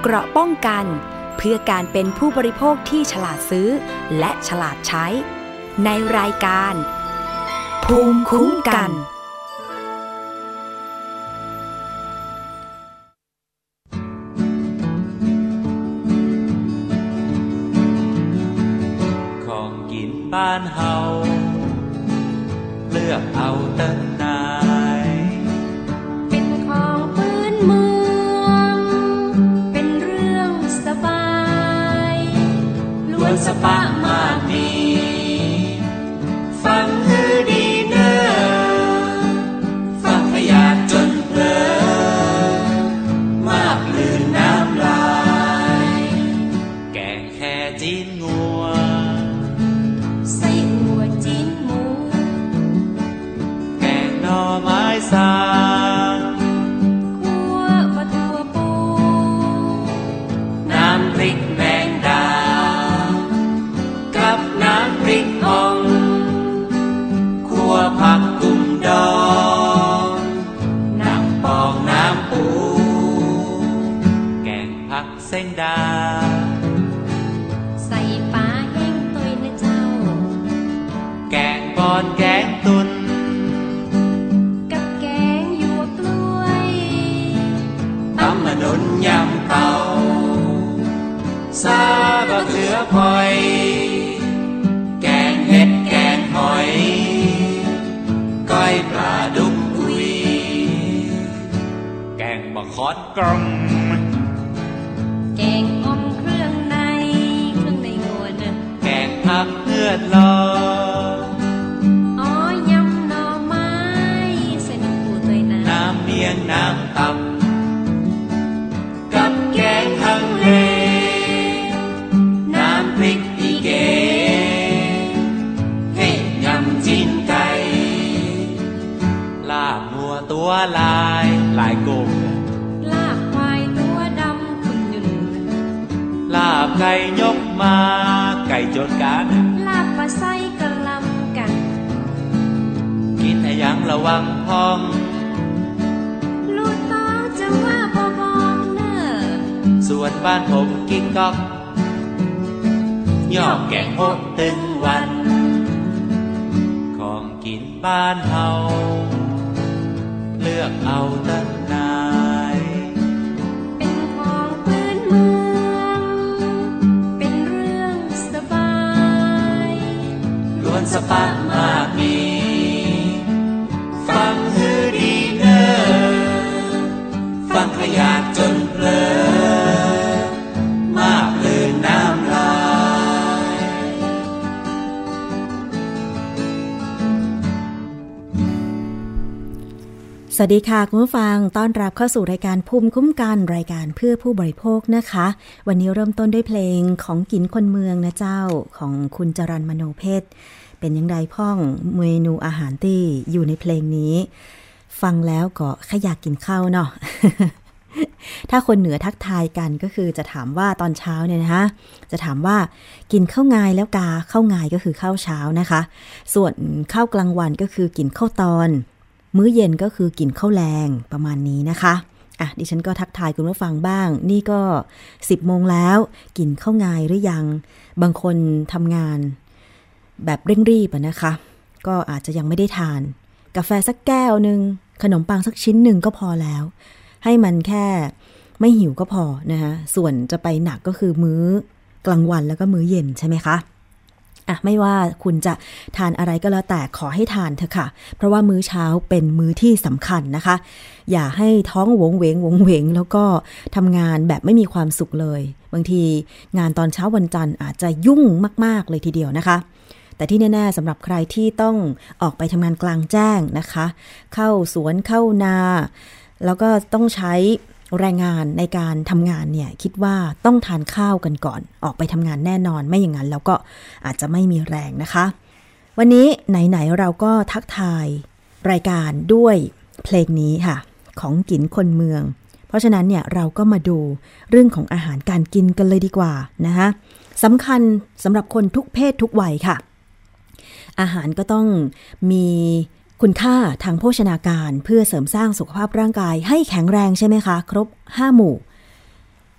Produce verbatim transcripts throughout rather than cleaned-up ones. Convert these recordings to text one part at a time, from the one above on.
เกราะป้องกันเพื่อการเป็นผู้บริโภคที่ฉลาดซื้อและฉลาดใช้ในรายการภูมิคุ้มกันของกินบ้านเฮาเลือกเอาเติ้งนายเป็นของพื้นเมืองเป็นเรื่องสบายล้วนสปะมากดีฟังฮือดีเนอฟังขยาดจนเพลินมากลื่นน้ำลายแกงแค่จีนงัวใส่หัวจีนหมูแกงหน่อไม้สางคั่วปลาทูปูน้ำพริกแมงดากับน้ำพริกอ่องคั่วผักกุ้งดองน้ำปองน้ำปูแกงผักเส้นดาใส่ปลาแห้งตุยนะเจ้าแกงบอนแกงตุนกับแกงหยวกกล้วยตำมะนุนยำเต่าซาบะเขือพลอยแกงเห็ดแกงหอยก้อยปลาดุกอุยแกงบะคอดกลมแกงอ่อมเครื่องในเครื่องในงัวนะแกงผักเลือดลออ๋อยำหน่อไม้ใส่น้ำปูตัวน้ำน้ำเมียงน้ำตับกับแกงฮังเลน้ำพริกอีเกให้ยำจีนไก่ลาบหัวตัวลายลายโกงลาบควายตัวดำขุ่นยุ่นลาบไก่ยกมาไก่จดการลาบปลาไส้กะลำกันกินให้ยังระวังพ้องลูกน้องจะว่าพอบอกเนอส่วนบ้านผมกินก๊อกย่อแกงโฮดตึงวันของกินบ้านเฮาเลือกเอาตั้งนายเป็นของพื้นเมืองเป็นเรื่องสบายล้วนสปะมากมีฟังฮือดีเนอฟังขยาดจนเพลินมากลื่นน้ำลายสวัสดีค่ะคุณผู้ฟังต้อนรับเข้าสู่รายการภูมิคุ้มกันรายการเพื่อผู้บริโภคนะคะวันนี้เริ่มต้นด้วยเพลงของกินคนเมืองนะเจ้าของคุณจรัญมโนเพชรเป็นยังไงพ่องเมนูอาหารที่อยู่ในเพลงนี้ฟังแล้วก็แค่อยากกินข้าวเนาะ ถ้าคนเหนือทักทายกันก็คือจะถามว่าตอนเช้าเนี่ยนะคะจะถามว่ากินข้าวงายแล้วกาข้าวงายก็คือข้าวเช้านะคะส่วนข้าวกลางวันก็คือกินข้าวตอนมื้อเย็นก็คือกินข้าวแรงประมาณนี้นะคะอ่ะดิฉันก็ทักทายคุณผู้ฟังบ้างนี่ก็สิบโมงแล้วกินข้าวงายหรือยังบางคนทำงานแบบเร่งรีบอะนะคะก็อาจจะยังไม่ได้ทานกาแฟสักแก้วนึงขนมปังสักชิ้นหนึ่งก็พอแล้วให้มันแค่ไม่หิวก็พอนะคะส่วนจะไปหนักก็คือมื้อกลางวันแล้วก็มื้อเย็นใช่ไหมคะอ่ะไม่ว่าคุณจะทานอะไรก็แล้วแต่ขอให้ทานเถอะค่ะเพราะว่ามื้อเช้าเป็นมื้อที่สำคัญนะคะอย่าให้ท้องวงเวงวงเวงแล้วก็ทำงานแบบไม่มีความสุขเลยบางทีงานตอนเช้าวันจันทร์อาจจะยุ่งมากๆเลยทีเดียวนะคะแต่ที่แน่ๆสำหรับใครที่ต้องออกไปทำงานกลางแจ้งนะคะเข้าสวนเข้านาแล้วก็ต้องใช้แรงงานในการทำงานเนี่ยคิดว่าต้องทานข้าวกันก่อนออกไปทำงานแน่นอนไม่อย่างนั้นแล้วก็อาจจะไม่มีแรงนะคะวันนี้ไหนๆเราก็ทักทายรายการด้วยเพลงนี้ค่ะของกินคนเมืองเพราะฉะนั้นเนี่ยเราก็มาดูเรื่องของอาหารการกินกันเลยดีกว่านะคะสำคัญสำหรับคนทุกเพศทุกวัยค่ะอาหารก็ต้องมีคุณค่าทางโภชนาการเพื่อเสริมสร้างสุขภาพร่างกายให้แข็งแรงใช่ไหมคะครบห้าหมู่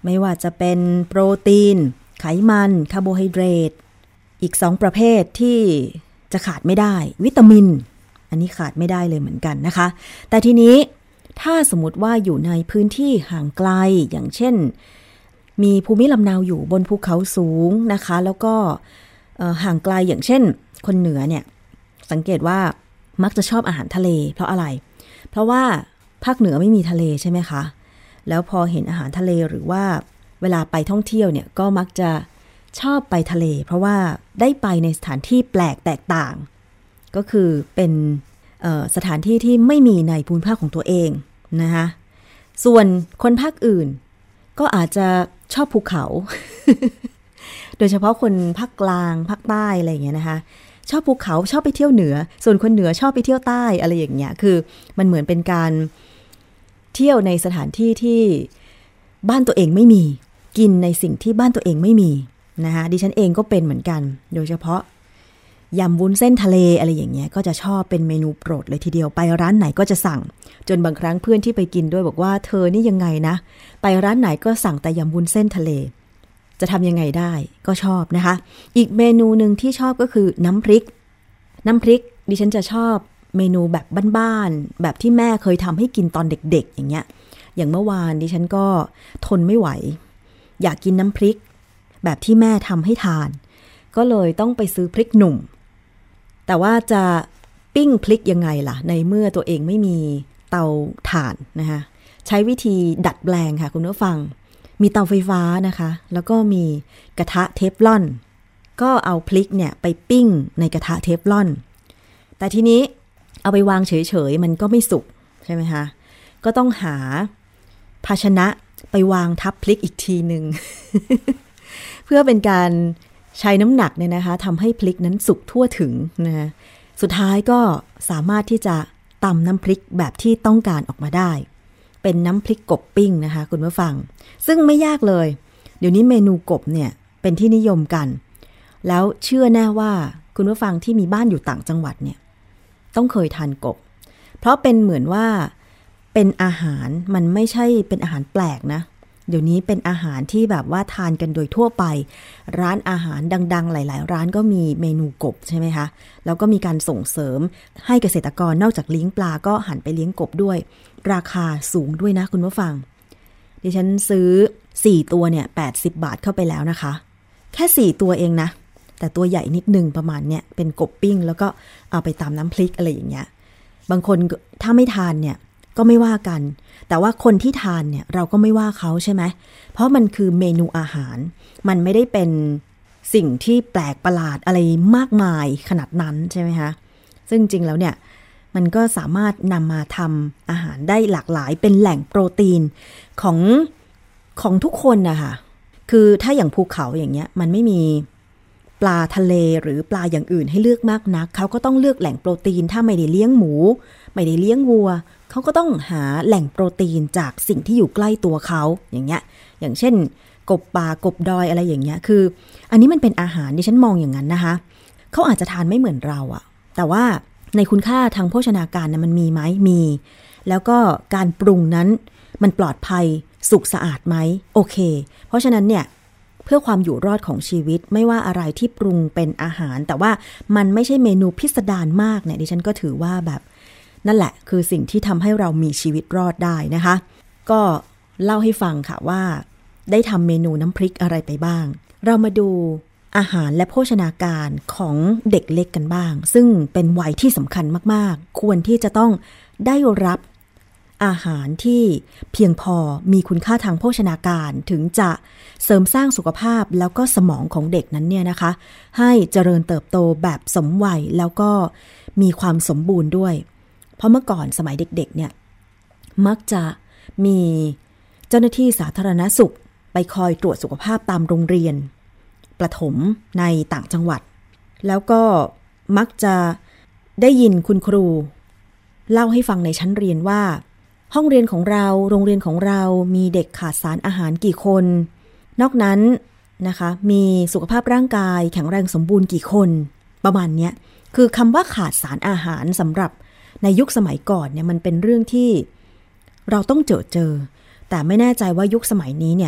ไม่ว่าจะเป็นโปรตีนไขมันคาร์โบไฮเดรตอีกสองประเภทที่จะขาดไม่ได้วิตามินอันนี้ขาดไม่ได้เลยเหมือนกันนะคะแต่ทีนี้ถ้าสมมติว่าอยู่ในพื้นที่ห่างไกลอย่างเช่นมีภูมิลำเนาอยู่บนภูเขาสูงนะคะแล้วก็ห่างไกลอย่างเช่นคนเหนือเนี่ยสังเกตว่ามักจะชอบอาหารทะเลเพราะอะไรเพราะว่าภาคเหนือไม่มีทะเลใช่ไหมคะแล้วพอเห็นอาหารทะเลหรือว่าเวลาไปท่องเที่ยวเนี่ยก็มักจะชอบไปทะเลเพราะว่าได้ไปในสถานที่แปลกแตกต่างก็คือเป็นสถานที่ที่ไม่มีในภูมิภาคของตัวเองนะคะส่วนคนภาคอื่นก็อาจจะชอบภูเขา โดยเฉพาะคนภาคกลางภาคใต้อะไรอย่างเงี้ยนะคะชอบภูเขาชอบไปเที่ยวเหนือส่วนคนเหนือชอบไปเที่ยวใต้อะไรอย่างเงี้ยคือมันเหมือนเป็นการเที่ยวในสถานที่ที่บ้านตัวเองไม่มีกินในสิ่งที่บ้านตัวเองไม่มีนะคะดิฉันเองก็เป็นเหมือนกันโดยเฉพาะยำวุ้นเส้นทะเลอะไรอย่างเงี้ยก็จะชอบเป็นเมนูโปรดเลยทีเดียวไปร้านไหนก็จะสั่งจนบางครั้งเพื่อนที่ไปกินด้วยบอกว่าเธอนี่ยังไงนะไปร้านไหนก็สั่งแต่ยำวุ้นเส้นทะเลจะทำยังไงได้ก็ชอบนะคะอีกเมนูนึงที่ชอบก็คือน้ำพริกน้ำพริกดิฉันจะชอบเมนูแบบบ้านๆแบบที่แม่เคยทำให้กินตอนเด็กๆอย่างเงี้ยอย่างเมื่อวานดิฉันก็ทนไม่ไหวอยากกินน้ำพริกแบบที่แม่ทำให้ทานก็เลยต้องไปซื้อพริกหนุ่มแต่ว่าจะปิ้งพริกยังไงล่ะในเมื่อตัวเองไม่มีเตาถ่านนะคะใช้วิธีดัดแปลงค่ะคุณผู้ฟังมีเตาไฟฟ้านะคะแล้วก็มีกระทะเทฟลอนก็เอาพริกเนี่ยไปปิ้งในกระทะเทฟลอนแต่ทีนี้เอาไปวางเฉยๆมันก็ไม่สุกใช่ไหมคะก็ต้องหาภาชนะไปวางทับพริกอีกทีนึง เพื่อเป็นการใช้น้ำหนักเนี่ยนะคะทำให้พริกนั้นสุกทั่วถึงนะสุดท้ายก็สามารถที่จะตำน้ำพริกแบบที่ต้องการออกมาได้เป็นน้ำพริกกบปิ้งนะคะคุณผู้ฟังซึ่งไม่ยากเลยเดี๋ยวนี้เมนูกบเนี่ยเป็นที่นิยมกันแล้วเชื่อแน่ว่าคุณผู้ฟังที่มีบ้านอยู่ต่างจังหวัดเนี่ยต้องเคยทานกบเพราะเป็นเหมือนว่าเป็นอาหารมันไม่ใช่เป็นอาหารแปลกนะเดี๋ยวนี้เป็นอาหารที่แบบว่าทานกันโดยทั่วไปร้านอาหารดังๆหลายๆร้านก็มีเมนูกบใช่ไหมคะแล้วก็มีการส่งเสริมให้เกษตรกรนอกจากเลี้ยงปลาก็หันไปเลี้ยงกบด้วยราคาสูงด้วยนะคุณผู้ฟังดิฉันซื้อสี่ตัวเนี่ยแปดสิบบาทเข้าไปแล้วนะคะแค่สี่ตัวเองนะแต่ตัวใหญ่นิดนึงประมาณเนี่ยเป็นกบปิ้งแล้วก็เอาไปตำน้ำพริกอะไรอย่างเงี้ยบางคนถ้าไม่ทานเนี่ยก็ไม่ว่ากันแต่ว่าคนที่ทานเนี่ยเราก็ไม่ว่าเขาใช่ไหมเพราะมันคือเมนูอาหารมันไม่ได้เป็นสิ่งที่แปลกประหลาดอะไรมากมายขนาดนั้นใช่ไหมคะซึ่งจริงแล้วเนี่ยมันก็สามารถนำมาทำอาหารได้หลากหลายเป็นแหล่งโปรตีนของของทุกคนนะคะคือถ้าอย่างภูเขาอย่างเงี้ยมันไม่มีปลาทะเลหรือปลาอย่างอื่นให้เลือกมากนักเขาก็ต้องเลือกแหล่งโปรตีนถ้าไม่ได้เลี้ยงหมูไม่ได้เลี้ยงวัวเขาก็ต้องหาแหล่งโปรตีนจากสิ่งที่อยู่ใกล้ตัวเขาอย่างเงี้ยอย่างเช่นกบป่ากบดอยอะไรอย่างเงี้ยคืออันนี้มันเป็นอาหารดิฉันมองอย่างนั้นนะคะเขาอาจจะทานไม่เหมือนเราอะแต่ว่าในคุณค่าทางโภชนาการนะมันมีไหมมีแล้วก็การปรุงนั้นมันปลอดภัยสุขสะอาดไหมโอเคเพราะฉะนั้นเนี่ยเพื่อความอยู่รอดของชีวิตไม่ว่าอะไรที่ปรุงเป็นอาหารแต่ว่ามันไม่ใช่เมนูพิสดารมากเนี่ยดิฉันก็ถือว่าแบบนั่นแหละคือสิ่งที่ทำให้เรามีชีวิตรอดได้นะคะก็เล่าให้ฟังค่ะว่าได้ทำเมนูน้ำพริกอะไรไปบ้างเรามาดูอาหารและโภชนาการของเด็กเล็กกันบ้างซึ่งเป็นวัยที่สำคัญมากๆควรที่จะต้องได้รับอาหารที่เพียงพอมีคุณค่าทางโภชนาการถึงจะเสริมสร้างสุขภาพแล้วก็สมองของเด็กนั้นเนี่ยนะคะให้เจริญเติบโตแบบสมวัยแล้วก็มีความสมบูรณ์ด้วยเพราะเมื่อก่อนสมัยเด็กๆเนี่ยมักจะมีเจ้าหน้าที่สาธารณสุขไปคอยตรวจสุขภาพตามโรงเรียนประถมในต่างจังหวัดแล้วก็มักจะได้ยินคุณครูเล่าให้ฟังในชั้นเรียนว่าห้องเรียนของเราโรงเรียนของเรามีเด็กขาดสารอาหารกี่คนนอกนั้นนะคะมีสุขภาพร่างกายแข็งแรงสมบูรณ์กี่คนประมาณนี้คือคำว่าขาดสารอาหารสำหรับในยุคสมัยก่อนเนี่ยมันเป็นเรื่องที่เราต้องเจอเจอแต่ไม่แน่ใจว่ายุคสมัยนี้เนี่ย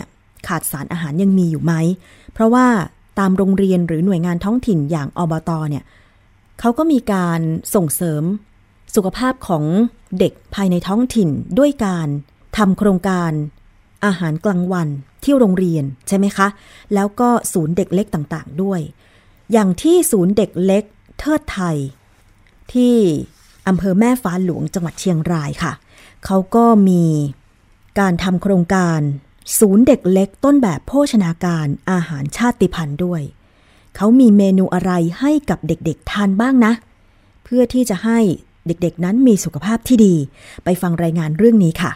ขาดสารอาหารยังมีอยู่ไหมเพราะว่าตามโรงเรียนหรือหน่วยงานท้องถิ่นอย่างอบต.เนี่ยเขาก็มีการส่งเสริมสุขภาพของเด็กภายในท้องถิ่นด้วยการทำโครงการอาหารกลางวันที่โรงเรียนใช่ไหมคะแล้วก็ศูนย์เด็กเล็กต่างๆด้วยอย่างที่ศูนย์เด็กเล็กเทิดไทยที่อำเภอแม่ฟ้าหลวงจังหวัดเชียงรายค่ะเขาก็มีการทำโครงการศูนย์เด็กเล็กต้นแบบโภชนาการอาหารชาติพันธุ์ด้วยเขามีเมนูอะไรให้กับเด็กๆทานบ้างนะเพื่อที่จะให้เด็กๆนั้นมีสุขภาพที่ดีไปฟังรายงานเรื่องนี้ค่ะ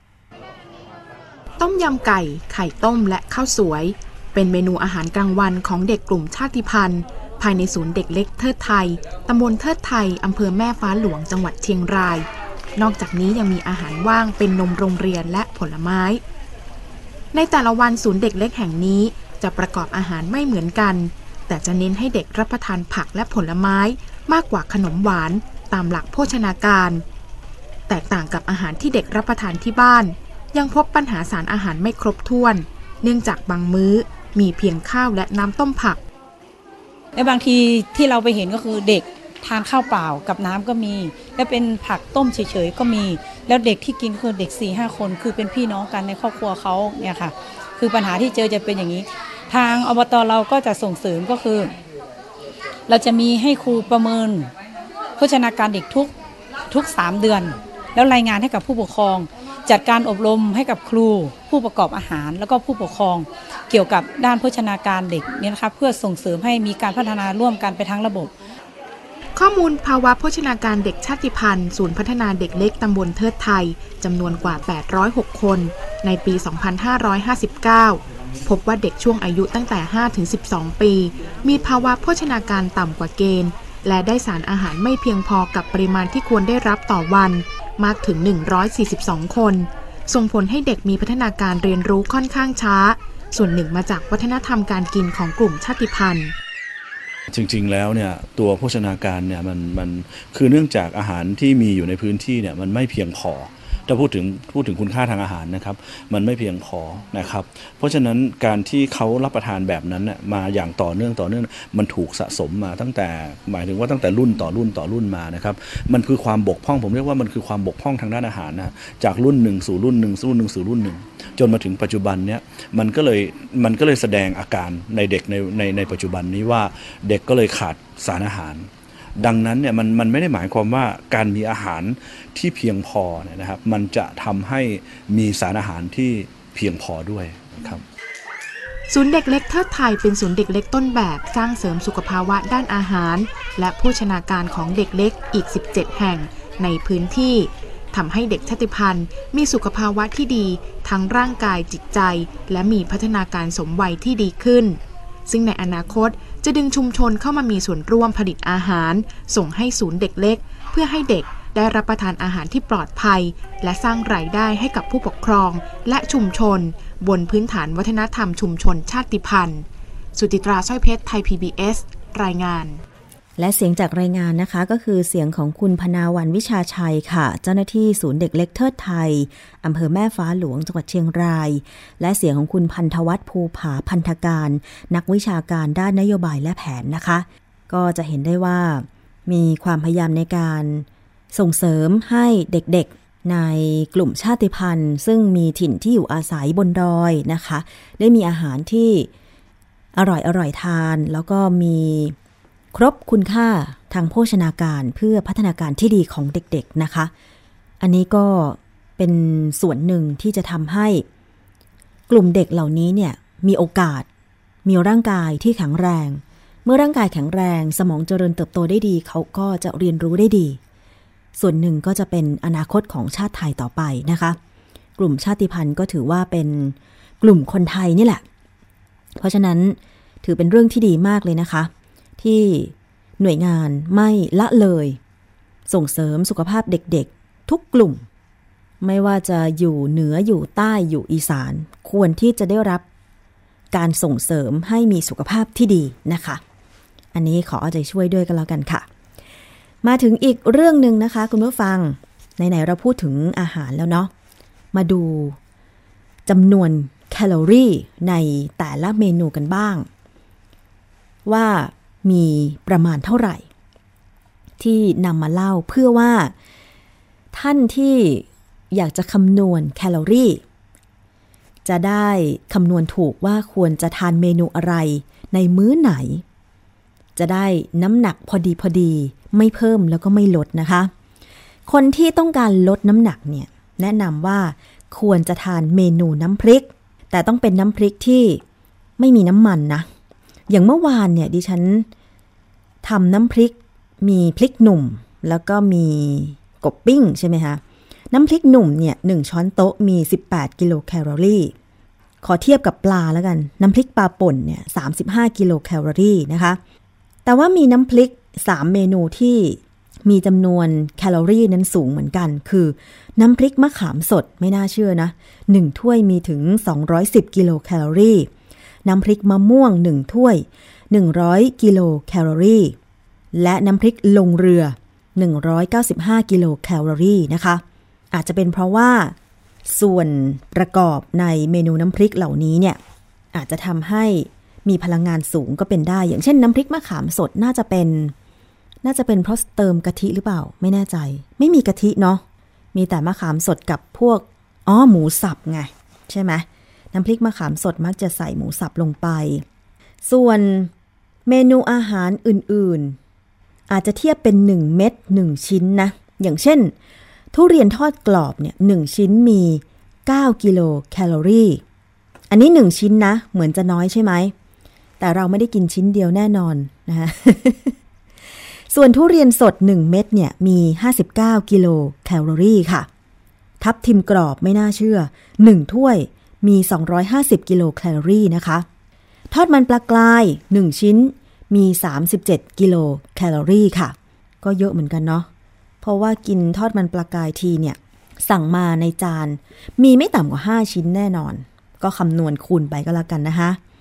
ต้มยำไก่ไข่ต้มและข้าวสวยเป็นเมนูอาหารกลางวันของเด็กกลุ่มชาติพันธุ์ภายในศูนย์เด็กเล็กเทิดไทยตำบลเทิดไทยอำเภอแม่ฟ้าหลวงจังหวัดเชียงรายนอกจากนี้ยังมีอาหารว่างเป็นนมโรงเรียนและผลไม้ในแต่ละวันศูนย์เด็กเล็กแห่งนี้จะประกอบอาหารไม่เหมือนกันแต่จะเน้นให้เด็กรับประทานผักและผลไม้มากกว่าขนมหวานตามหลักโภชนาการแตกต่างกับอาหารที่เด็กรับประทานที่บ้านยังพบปัญหาสารอาหารไม่ครบถ้วนเนื่องจากบางมื้อมีเพียงข้าวและน้ำต้มผักและบางทีที่เราไปเห็นก็คือเด็กทานข้าวเปล่ากับน้ำก็มีและเป็นผักต้มเฉยๆก็มีแล้วเด็กที่กินคือเด็ก สี่ห้า คนคือเป็นพี่น้องกันในครอบครัวเขาเนี่ยค่ะคือปัญหาที่เจอจะเป็นอย่างนี้ทางอบต.เราก็จะส่งเสริมก็คือเราจะมีให้ครูประเมินโภชนาการเด็กทุกทุกสามเดือนแล้วรายงานให้กับผู้ปกครองจัดการอบรมให้กับครูผู้ประกอบอาหารแล้วก็ผู้ปกครองเกี่ยวกับด้านโภชนาการเด็กเนี่ยนะคะเพื่อส่งเสริมให้มีการพัฒนาร่วมกันไปทั้งระบบข้อมูลภาวะโภชนาการเด็กชาติพันธุ์ศูนย์พัฒนาเด็กเล็กตำบลเทิดไทยจำนวนกว่าแปดร้อยหกคนในปีสองพันห้าร้อยห้าสิบเก้าพบว่าเด็กช่วงอายุตั้งแต่ ห้าถึงสิบสอง ปีมีภาวะโภชนาการต่ำกว่าเกณฑ์และได้สารอาหารไม่เพียงพอกับปริมาณที่ควรได้รับต่อวันมากถึงหนึ่งร้อยสี่สิบสองคนส่งผลให้เด็กมีพัฒนาการเรียนรู้ค่อนข้างช้าส่วนหนึ่งมาจากวัฒนธรรมการกินของกลุ่มชาติพันธุ์จริงๆแล้วเนี่ยตัวโภชนาการเนี่ยมันมันคือเนื่องจากอาหารที่มีอยู่ในพื้นที่เนี่ยมันไม่เพียงพอถ้าพูดถึงพูดถึงคุณค่าทางอาหารนะครับมันไม่เพียงพอนะครับเพราะฉะนั้นการที่เขารับประทานแบบนั้นน่ะมาอย่างต่อเนื่องต่อเนื่องมันถูกสะสมมาตั้งแต่หมายถึงว่าตั้งแต่รุ่นต่อรุ่นต่อรุ่นมานะครับมันคือความบกพร่องผมเรียกว่ามันคือความบกพร่องทางด้านอาหารนะจากรุ่นหนึ่งสู่รุ่นหนึ่งสู่รุ่นหนึ่งสู่รุ่นหนึ่งจนมาถึงปัจจุบันเนี้ยมันก็เลยมันก็เลยแสดงอาการในเด็กในในในปัจจุบันนี้ว่าเด็กก็เลยขาดสารอาหารดังนั้นเนี่ยมันมันไม่ได้หมายความว่าการมีอาหารที่เพียงพอเนี่ยนะครับมันจะทำให้มีสารอาหารที่เพียงพอด้วยนะครับศูนย์เด็กเล็กเทิดไทยเป็นศูนย์เด็กเล็กต้นแบบสร้างเสริมสุขภาวะด้านอาหารและโภชนาการของเด็กเล็กอีกสิบเจ็ดแห่งในพื้นที่ทำให้เด็กชาติพันธุ์มีสุขภาวะที่ดีทั้งร่างกายจิตใจและมีพัฒนาการสมวัยที่ดีขึ้นซึ่งในอนาคตจะดึงชุมชนเข้ามามีส่วนร่วมผลิตอาหารส่งให้ศูนย์เด็กเล็กเพื่อให้เด็กได้รับประทานอาหารที่ปลอดภัยและสร้างรายได้ให้กับผู้ปกครองและชุมชนบนพื้นฐานวัฒนธรรมชุมชนชาติพันธุ์สุจิตราสร้อยเพชรไทย พี บี เอส รายงานและเสียงจากรายงานนะคะก็คือเสียงของคุณพนาวันวิชาชัยค่ะเจ้าหน้าที่ศูนย์เด็กเล็กเทิดไทยอำเภอแม่ฟ้าหลวงจังหวัดเชียงรายและเสียงของคุณพันธวัฒน์ภูผาพันธการนักวิชาการด้านนโยบายและแผนนะคะก็จะเห็นได้ว่ามีความพยายามในการส่งเสริมให้เด็กๆในกลุ่มชาติพันธุ์ซึ่งมีถิ่นที่อยู่อาศัยบนดอยนะคะได้มีอาหารที่อร่อยอร่อยทานแล้วก็มีครบคุณค่าทางโภชนาการเพื่อพัฒนาการที่ดีของเด็กๆนะคะอันนี้ก็เป็นส่วนหนึ่งที่จะทำให้กลุ่มเด็กเหล่านี้เนี่ยมีโอกาสมีร่างกายที่แข็งแรงเมื่อร่างกายแข็งแรงสมองเจริญเติบโตได้ดีเขาก็จะเรียนรู้ได้ดีส่วนหนึ่งก็จะเป็นอนาคตของชาติไทยต่อไปนะคะกลุ่มชาติพันธุ์ก็ถือว่าเป็นกลุ่มคนไทยนี่แหละเพราะฉะนั้นถือเป็นเรื่องที่ดีมากเลยนะคะที่หน่วยงานไม่ละเลยส่งเสริมสุขภาพเด็กๆทุกกลุ่มไม่ว่าจะอยู่เหนืออยู่ใต้อยู่อีสานควรที่จะได้รับการส่งเสริมให้มีสุขภาพที่ดีนะคะอันนี้ขอเอาใจช่วยด้วยกันแล้วกันค่ะมาถึงอีกเรื่องนึงนะคะคุณผู้ฟังไหนๆเราพูดถึงอาหารแล้วเนาะมาดูจำนวนแแคลอรี่ในแต่ละเมนูกันบ้างว่ามีประมาณเท่าไหร่ที่นำมาเล่าเพื่อว่าท่านที่อยากจะคำนวณแคลอรี่จะได้คำนวณถูกว่าควรจะทานเมนูอะไรในมื้อไหนจะได้น้ำหนักพอดีพอดีไม่เพิ่มแล้วก็ไม่ลดนะคะคนที่ต้องการลดน้ำหนักเนี่ยแนะนำว่าควรจะทานเมนูน้ำพริกแต่ต้องเป็นน้ำพริกที่ไม่มีน้ำมันนะอย่างเมื่อวานเนี่ยดิฉันทำน้ำพริกมีพริกหนุ่มแล้วก็มีกบปิ้งใช่ไหมคะน้ำพริกหนุ่มเนี่ยหนึ่งช้อนโต๊ะมีสิบแปดกิโลแคลอรี่ขอเทียบกับปลาแล้วกันน้ำพริกปลาป่นเนี่ยสามสิบห้ากิโลแคลอรี่นะคะแต่ว่ามีน้ำพริกสามเมนูที่มีจำนวนแคลอรี่นั้นสูงเหมือนกันคือน้ำพริกมะขามสดไม่น่าเชื่อนะหนึ่งถ้วยมีถึงสองร้อยสิบกิโลแคลอรี่น้ำพริกมะม่วงหนึ่งถ้วยหนึ่งร้อยกิโลแคลอรี่และน้ำพริกลงเรือหนึ่งร้อยเก้าสิบห้ากิโลแคลอรี่นะคะอาจจะเป็นเพราะว่าส่วนประกอบในเมนูน้ำพริกเหล่านี้เนี่ยอาจจะทำให้มีพลังงานสูงก็เป็นได้อย่างเช่นน้ำพริกมะขามสดน่าจะเป็นน่าจะเป็นเพราะเติมกะทิหรือเปล่าไม่แน่ใจไม่มีกะทิเนาะมีแต่มะขามสดกับพวกอ๋อหมูสับไงใช่ไหมน้ำพริกมะขามสดมักจะใส่หมูสับลงไปส่วนเมนูอาหารอื่นๆอาจจะเทียบเป็นหนึ่งเม็ดหนึ่งชิ้นนะอย่างเช่นทุเรียนทอดกรอบเนี่ยหนึ่งชิ้นมีเก้ากิโลแคลอรี่อันนี้หนึ่งชิ้นนะเหมือนจะน้อยใช่ไหมแต่เราไม่ได้กินชิ้นเดียวแน่นอนนะคะ ส่วนทุเรียนสดหนึ่งเม็ดเนี่ยมีห้าสิบเก้ากิโลแคลอรี่ค่ะทับทิมกรอบไม่น่าเชื่อหนึ่งถ้วยมีสองร้อยห้าสิบกิโลแคลอรี่นะคะทอดมันปลากรายหนึ่งชิ้นมีสามสิบเจ็ดกิโลแคลอรี่ค่ะก็เยอะเหมือนกันเนาะเพราะว่ากินทอดมันปลากรายทีเนี่ยสั่งมาในจานมีไม่ต่ำกว่าห้าชิ้นแน่นอนก็คำนวณคูณไปก็แล้วกันนะคะ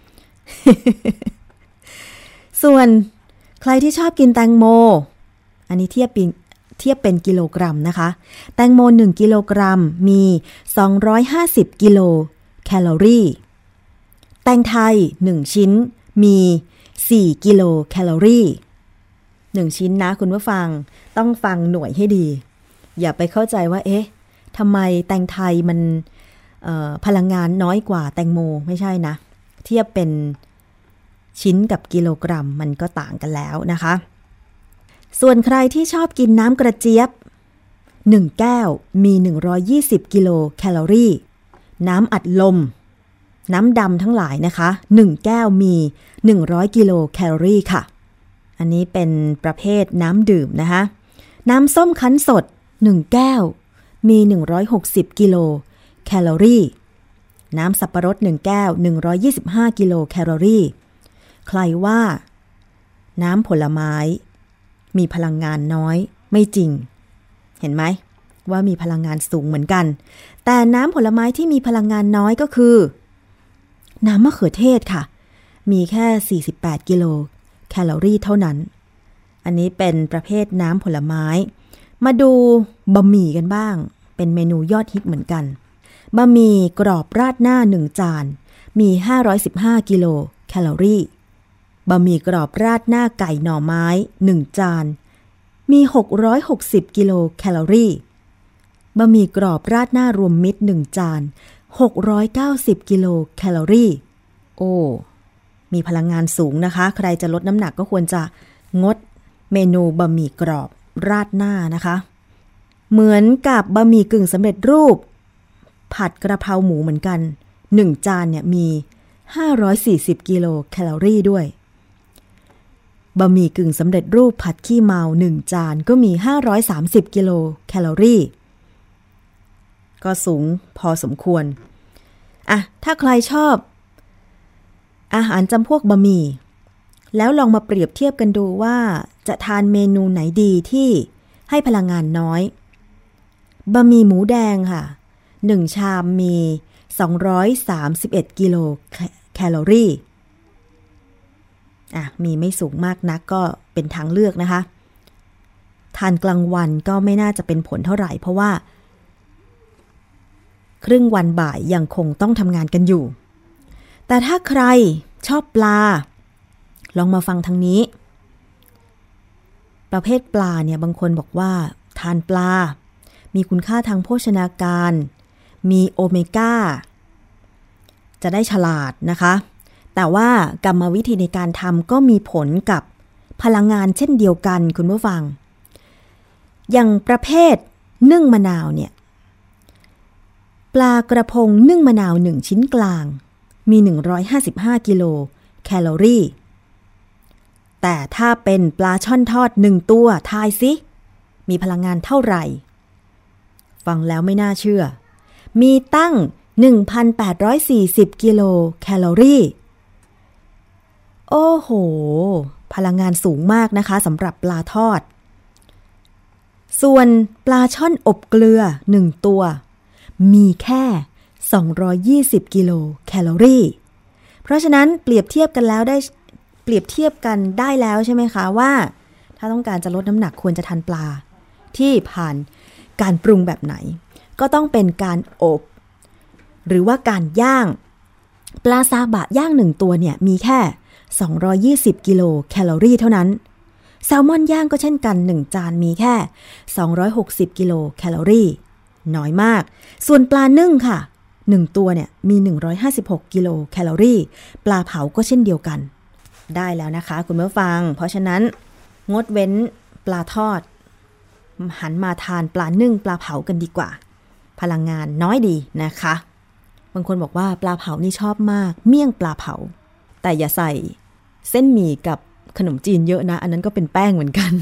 ส่วนใครที่ชอบกินแตงโมอันนี้เทียบเป็นเทียบเป็นกิโลกรัมนะคะแตงโมหนึ่งกิโลกรัมมีสองร้อยห้าสิบกิโลแคลอรี่แตงไทยหนึ่งชิ้นมีสี่กิโลแคลอรี่หนึ่งชิ้นนะคุณผู้ฟังต้องฟังหน่วยให้ดีอย่าไปเข้าใจว่าเอ๊ะทำไมแตงไทยมันพลังงานน้อยกว่าแตงโมไม่ใช่นะเทียบเป็นชิ้นกับกิโลกรัมมันก็ต่างกันแล้วนะคะส่วนใครที่ชอบกินน้ำกระเจี๊ยบหนึ่งแก้วมีหนึ่งร้อยยี่สิบกิโลแคลอรี่น้ำอัดลมน้ำดำทั้งหลายนะคะหนึ่งแก้วมีหนึ่งร้อยกิโลแคลอรี่ค่ะอันนี้เป็นประเภทน้ำดื่มนะคะน้ำส้มคั้นสดหนึ่งแก้วมีหนึ่งร้อยหกสิบกิโลแคลอรี่น้ำสับปะรดหนึ่งแก้วหนึ่งร้อยยี่สิบห้ากิโลแคลอรี่ใครว่าน้ำผลไม้มีพลังงานน้อยไม่จริงเห็นไหมว่ามีพลังงานสูงเหมือนกันแต่น้ำผลไม้ที่มีพลังงานน้อยก็คือน้ำมะเขือเทศค่ะมีแค่สี่สิบแปดกิโลแคลอรี่เท่านั้นอันนี้เป็นประเภทน้ำผลไม้มาดูบะหมี่กันบ้างเป็นเมนูยอดฮิตเหมือนกันบะหมี่กรอบราดหน้าหนึ่งจานมีห้าร้อยสิบห้ากิโลแคลอรี่บะหมี่กรอบราดหน้าไก่หน่อไม้หนึ่งจานมีหกร้อยหกสิบกิโลแคลอรี่บะหมี่กรอบราดหน้ารวมมิตรหนึ่งจานหกร้อยเก้าสิบกิโลแคลอรี่โอ้มีพลังงานสูงนะคะใครจะลดน้ำหนักก็ควรจะงดเมนูบะหมี่กรอบราดหน้านะคะเหมือนกับบะหมี่กึ่งสำเร็จรูปผัดกระเพราหมูเหมือนกันหนึ่งจานเนี่ยมีห้าร้อยสี่สิบกิโลแคลอรี่ด้วยบะหมี่กึ่งสำเร็จรูปผัดขี้เมาหนึ่งจานก็มีห้าร้อยสามสิบกิโลแคลอรี่ก็สูงพอสมควรอ่ะถ้าใครชอบอาหารจำพวกบะหมี่แล้วลองมาเปรียบเทียบกันดูว่าจะทานเมนูไหนดีที่ให้พลังงานน้อยบะหมี่หมูแดงค่ะหนึ่งชามมีสองร้อยสามสิบเอ็ดกิโลแคลอรี่อ่ะมีไม่สูงมากนักก็เป็นทางเลือกนะคะทานกลางวันก็ไม่น่าจะเป็นผลเท่าไหร่เพราะว่าครึ่งวันบ่ายยังคงต้องทำงานกันอยู่แต่ถ้าใครชอบปลาลองมาฟังทางนี้ประเภทปลาเนี่ยบางคนบอกว่าทานปลามีคุณค่าทางโภชนาการมีโอเมก้าจะได้ฉลาดนะคะแต่ว่ากรรมวิธีในการทำก็มีผลกับพลังงานเช่นเดียวกันคุณผู้ฟังอย่างประเภทนึ่งมะนาวเนี่ยปลากระพงนึ่งมะนาวหนึ่งชิ้นกลางมีหนึ่งร้อยห้าสิบห้ากิโลแคลอรี่แต่ถ้าเป็นปลาช่อนทอดหนึ่งตัวทายสิมีพลังงานเท่าไหร่ฟังแล้วไม่น่าเชื่อมีตั้ง หนึ่งพันแปดร้อยสี่สิบ กิโลแคลอรี่โอ้โหพลังงานสูงมากนะคะสำหรับปลาทอดส่วนปลาช่อนอบเกลือหนึ่งตัวมีแค่สองร้อยยี่สิบกิโลแคลอรี่เพราะฉะนั้นเปรียบเทียบกันแล้วได้เปรียบเทียบกันได้แล้วใช่ไหมคะว่าถ้าต้องการจะลดน้ำหนักควรจะทานปลาที่ผ่านการปรุงแบบไหนก็ต้องเป็นการอบหรือว่าการย่างปลาซาบะย่างหนึ่งตัวเนี่ยมีแค่สองร้อยยี่สิบกิโลแคลอรี่เท่านั้นแซลมอนย่างก็เช่นกันหนึ่งจานมีแค่สองร้อยหกสิบกิโลแคลอรี่น้อยมากส่วนปลานึ่งค่ะหนึ่งตัวเนี่ยมีหนึ่งร้อยห้าสิบหกกิโลแคลอรี่ปลาเผาก็เช่นเดียวกันได้แล้วนะคะคุณผู้ฟังเพราะฉะนั้นงดเว้นปลาทอดหันมาทานปลานึ่งปลาเผากันดีกว่าพลังงานน้อยดีนะคะบางคนบอกว่าปลาเผานี่ชอบมากเมี่ยงปลาเผาแต่อย่าใส่เส้นหมี่กับขนมจีนเยอะนะอันนั้นก็เป็นแป้งเหมือนกัน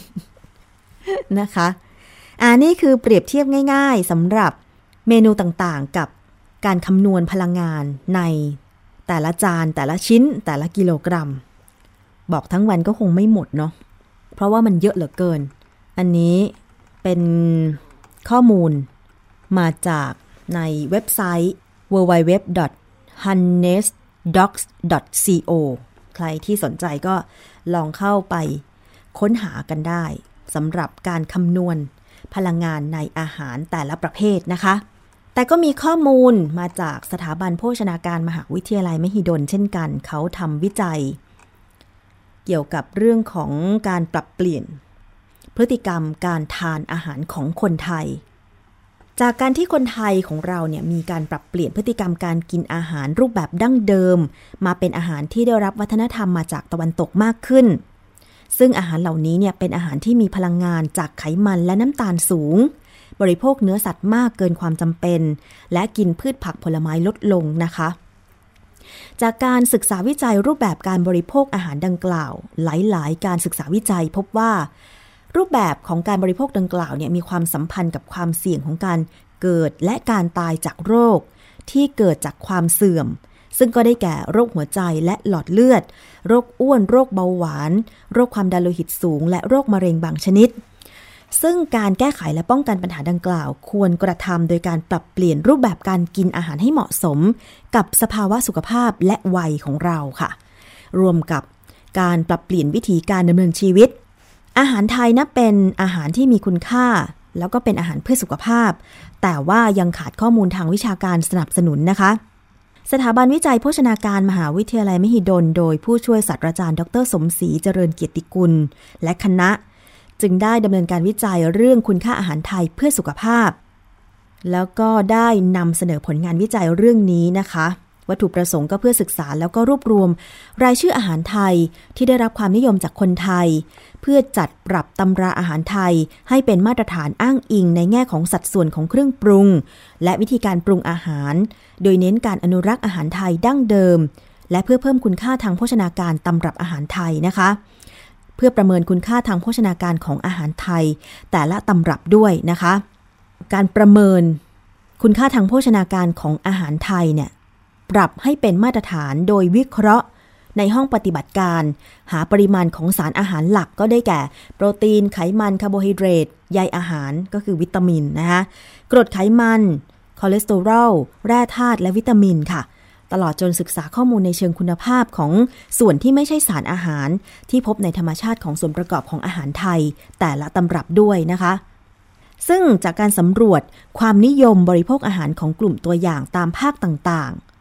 นะคะอ่านี่คือเปรียบเทียบง่ายๆสำหรับเมนูต่างๆกับการคำนวณพลังงานในแต่ละจานแต่ละชิ้นแต่ละกิโลกรัมบอกทั้งวันก็คงไม่หมดเนาะเพราะว่ามันเยอะเหลือเกินอันนี้เป็นข้อมูลมาจากในเว็บไซต์ ดับเบิลยู ดับเบิลยู ดับเบิลยู ดอท ฮันเนส ด็อกส์ ดอท ซี โอ ใครที่สนใจก็ลองเข้าไปค้นหากันได้สำหรับการคำนวณพลังงานในอาหารแต่ละประเภทนะคะแต่ก็มีข้อมูลมาจากสถาบันโภชนาการมหาวิทยาลัยมหิดลเช่นกันเขาทำวิจัยเกี่ยวกับเรื่องของการปรับเปลี่ยนพฤติกรรมการทานอาหารของคนไทยจากการที่คนไทยของเราเนี่ยมีการปรับเปลี่ยนพฤติกรรมการกินอาหารรูปแบบดั้งเดิมมาเป็นอาหารที่ได้รับวัฒนธรรมมาจากตะวันตกมากขึ้นซึ่งอาหารเหล่านี้เนี่ยเป็นอาหารที่มีพลังงานจากไขมันและน้ำตาลสูงบริโภคเนื้อสัตว์มากเกินความจำเป็นและกินพืชผักผลไม้ลดลงนะคะจากการศึกษาวิจัยรูปแบบการบริโภคอาหารดังกล่าวหลายๆการศึกษาวิจัยพบว่ารูปแบบของการบริโภคดังกล่าวเนี่ยมีความสัมพันธ์กับความเสี่ยงของการเกิดและการตายจากโรคที่เกิดจากความเสื่อมซึ่งก็ได้แก่โรคหัวใจและหลอดเลือดโรคอ้วนโรคเบาหวานโรคความดันโลหิตสูงและโรคมะเร็งบางชนิดซึ่งการแก้ไขและป้องกันปัญหาดังกล่าวควรกระทำโดยการปรับเปลี่ยนรูปแบบการกินอาหารให้เหมาะสมกับสภาวะสุขภาพและวัยของเราค่ะรวมกับการปรับเปลี่ยนวิธีการดำเนินชีวิตอาหารไทยนับเป็นอาหารที่มีคุณค่าแล้วก็เป็นอาหารเพื่อสุขภาพแต่ว่ายังขาดข้อมูลทางวิชาการสนับสนุนนะคะสถาบันวิจัยโภชนาการมหาวิทยาลัยมหิดลโดยผู้ช่วยศาสตราจารย์ดรสมศรีเจริญเกียรติกุลและคณะจึงได้ดำเนินการวิจัยเรื่องคุณค่าอาหารไทยเพื่อสุขภาพแล้วก็ได้นำเสนอผลงานวิจัยเรื่องนี้นะคะวัตถุประสงค์ก็เพื่อศึกษาแล้วก็รวบรวมรายชื่ออาหารไทยที่ได้รับความนิยมจากคนไทยเพื่อจัดปรับตำราอาหารไทยให้เป็นมาตรฐานอ้างอิงในแง่ของสัดส่วนของเครื่องปรุงและวิธีการปรุงอาหารโดยเน้นการอนุรักษ์อาหารไทยดั้งเดิมและเพื่อเพิ่มคุณค่าทางโภชนาการตำรับอาหารไทยนะคะเพื่อประเมินคุณค่าทางโภชนาการของอาหารไทยแต่ละตำรับด้วยนะคะการประเมินคุณค่าทางโภชนาการของอาหารไทยเนี่ยปรับให้เป็นมาตรฐานโดยวิเคราะห์ในห้องปฏิบัติการหาปริมาณของสารอาหารหลักก็ได้แก่โปรตีนไขมันคาร์โบไฮเดรตใยอาหารก็คือวิตามินนะคะกรดไขมันคอเลสเตอรอลแร่ธาตุและวิตามินค่ะตลอดจนศึกษาข้อมูลในเชิงคุณภาพของส่วนที่ไม่ใช่สารอาหารที่พบในธรรมชาติของส่วนประกอบของอาหารไทยแต่ละตำรับด้วยนะคะซึ่งจากการสำรวจความนิยมบริโภคอาหารของกลุ่มตัวอย่างตามภาคต่างๆ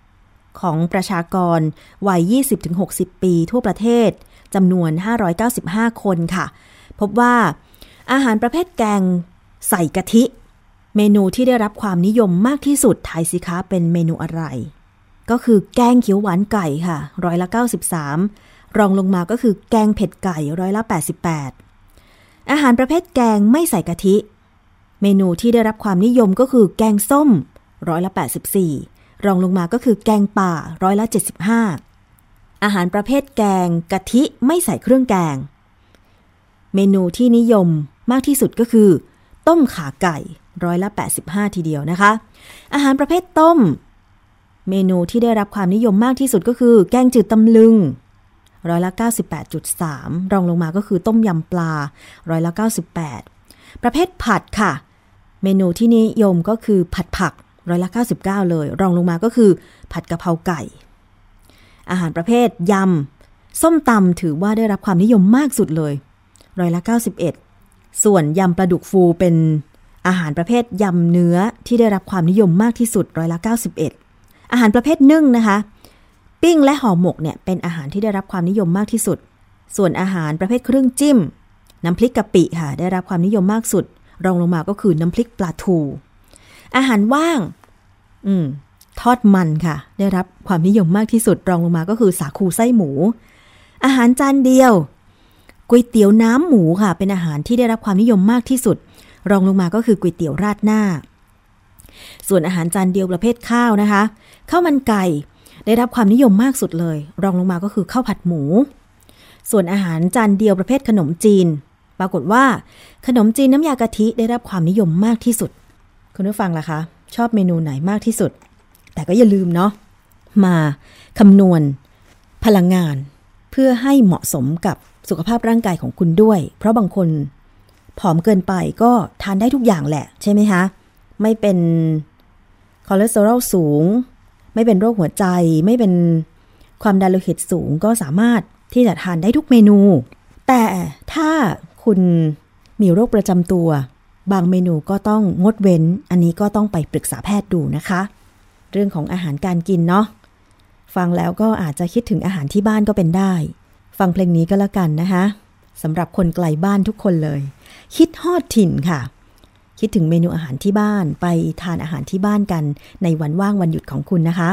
ของประชากรวัย ยี่สิบถึงหกสิบ ปีทั่วประเทศจำนวนห้าร้อยเก้าสิบห้าคนค่ะพบว่าอาหารประเภทแกงใส่กะทิเมนูที่ได้รับความนิยมมากที่สุดทายสิคะเป็นเมนูอะไรก็คือแกงเขียวหวานไก่ค่ะร้อยละเก้าสิบสามรองลงมาก็คือแกงเผ็ดไก่ร้อยละแปดสิบแปดอาหารประเภทแกงไม่ใส่กะทิเมนูที่ได้รับความนิยมก็คือแกงส้มร้อยละแปดสิบสี่รองลงมาก็คือแกงป่าร้อยละเจ็ดสิบห้าอาหารประเภทแกงกะทิไม่ใส่เครื่องแกงเมนูที่นิยมมากที่สุดก็คือต้มข่าไก่ร้อยละแปดสิบห้าทีเดียวนะคะอาหารประเภทต้มเมนูที่ได้รับความนิยมมากที่สุดก็คือแกงจืดตำลึงร้อยละ เก้าสิบแปดจุดสาม รองลงมาก็คือต้มยำปลาร้อยละเก้าสิบแปดประเภทผัดค่ะเมนูที่นิยมก็คือผัดผักร้อยละเก้าสิบเก้าเลยรองลงมาก็คือผัดกะเพราไก่อาหารประเภทยำส้มตำถือว่าได้รับความนิยมมากสุดเลยร้อยละเก้าสิบเอ็ดส่วนยำปลาดุกฟูเป็นอาหารประเภทยำเนื้อที่ได้รับความนิยมมากที่สุดร้อยละเก้าสิบเอ็ดอาหารประเภทนึ่งนะคะปิ้งและห่อหมกเนี่ยเป็นอาหารที่ได้รับความนิยมมากที่สุดส่วนอาหารประเภทเครื่องจิ้มน้ำพริกกะปิค่ะได้รับความนิยมมากสุดรองลงมาก็คือน้ำพริกปลาทูอาหารว่างอืมทอดมันค่ะได้รับความนิยมมากที่สุดรองลงมาก็คือสาคูไส้หมูอาหารจานเดียวก๋วยเตี๋ยวน้ำหมูค่ะเป็นอาหารที่ได้รับความนิยมมากที่สุดรองลงมาก็คือก๋วยเตี๋ยวราดหน้าส่วนอาหารจานเดียวประเภทข้าวนะคะข้าวมันไก่ได้รับความนิยมมากสุดเลยรองลงมาก็คือข้าวผัดหมูส่วนอาหารจานเดียวประเภทขนมจีนปรากฏว่าขนมจีนน้ำยากะทิได้รับความนิยมมากที่สุดคุณผู้ฟังล่ะคะชอบเมนูไหนมากที่สุดแต่ก็อย่าลืมเนาะมาคำนวณพลังงานเพื่อให้เหมาะสมกับสุขภาพร่างกายของคุณด้วยเพราะบางคนผอมเกินไปก็ทานได้ทุกอย่างแหละใช่ไหมคะไม่เป็นคอเลสเตอรอลสูงไม่เป็นโรคหัวใจไม่เป็นความดันโลหิตสูงก็สามารถที่จะทานได้ทุกเมนูแต่ถ้าคุณมีโรคประจำตัวบางเมนูก็ต้องงดเว้นอันนี้ก็ต้องไปปรึกษาแพทย์ดูนะคะเรื่องของอาหารการกินเนาะฟังแล้วก็อาจจะคิดถึงอาหารที่บ้านก็เป็นได้ฟังเพลงนี้ก็แล้วกันนะคะสำหรับคนไกลบ้านทุกคนเลยคิดฮอดถิ่นค่ะคิดถึงเมนูอาหารที่บ้านไปทานอาหารที่บ้านกันในวันว่างวันหยุดของคุณนะคะ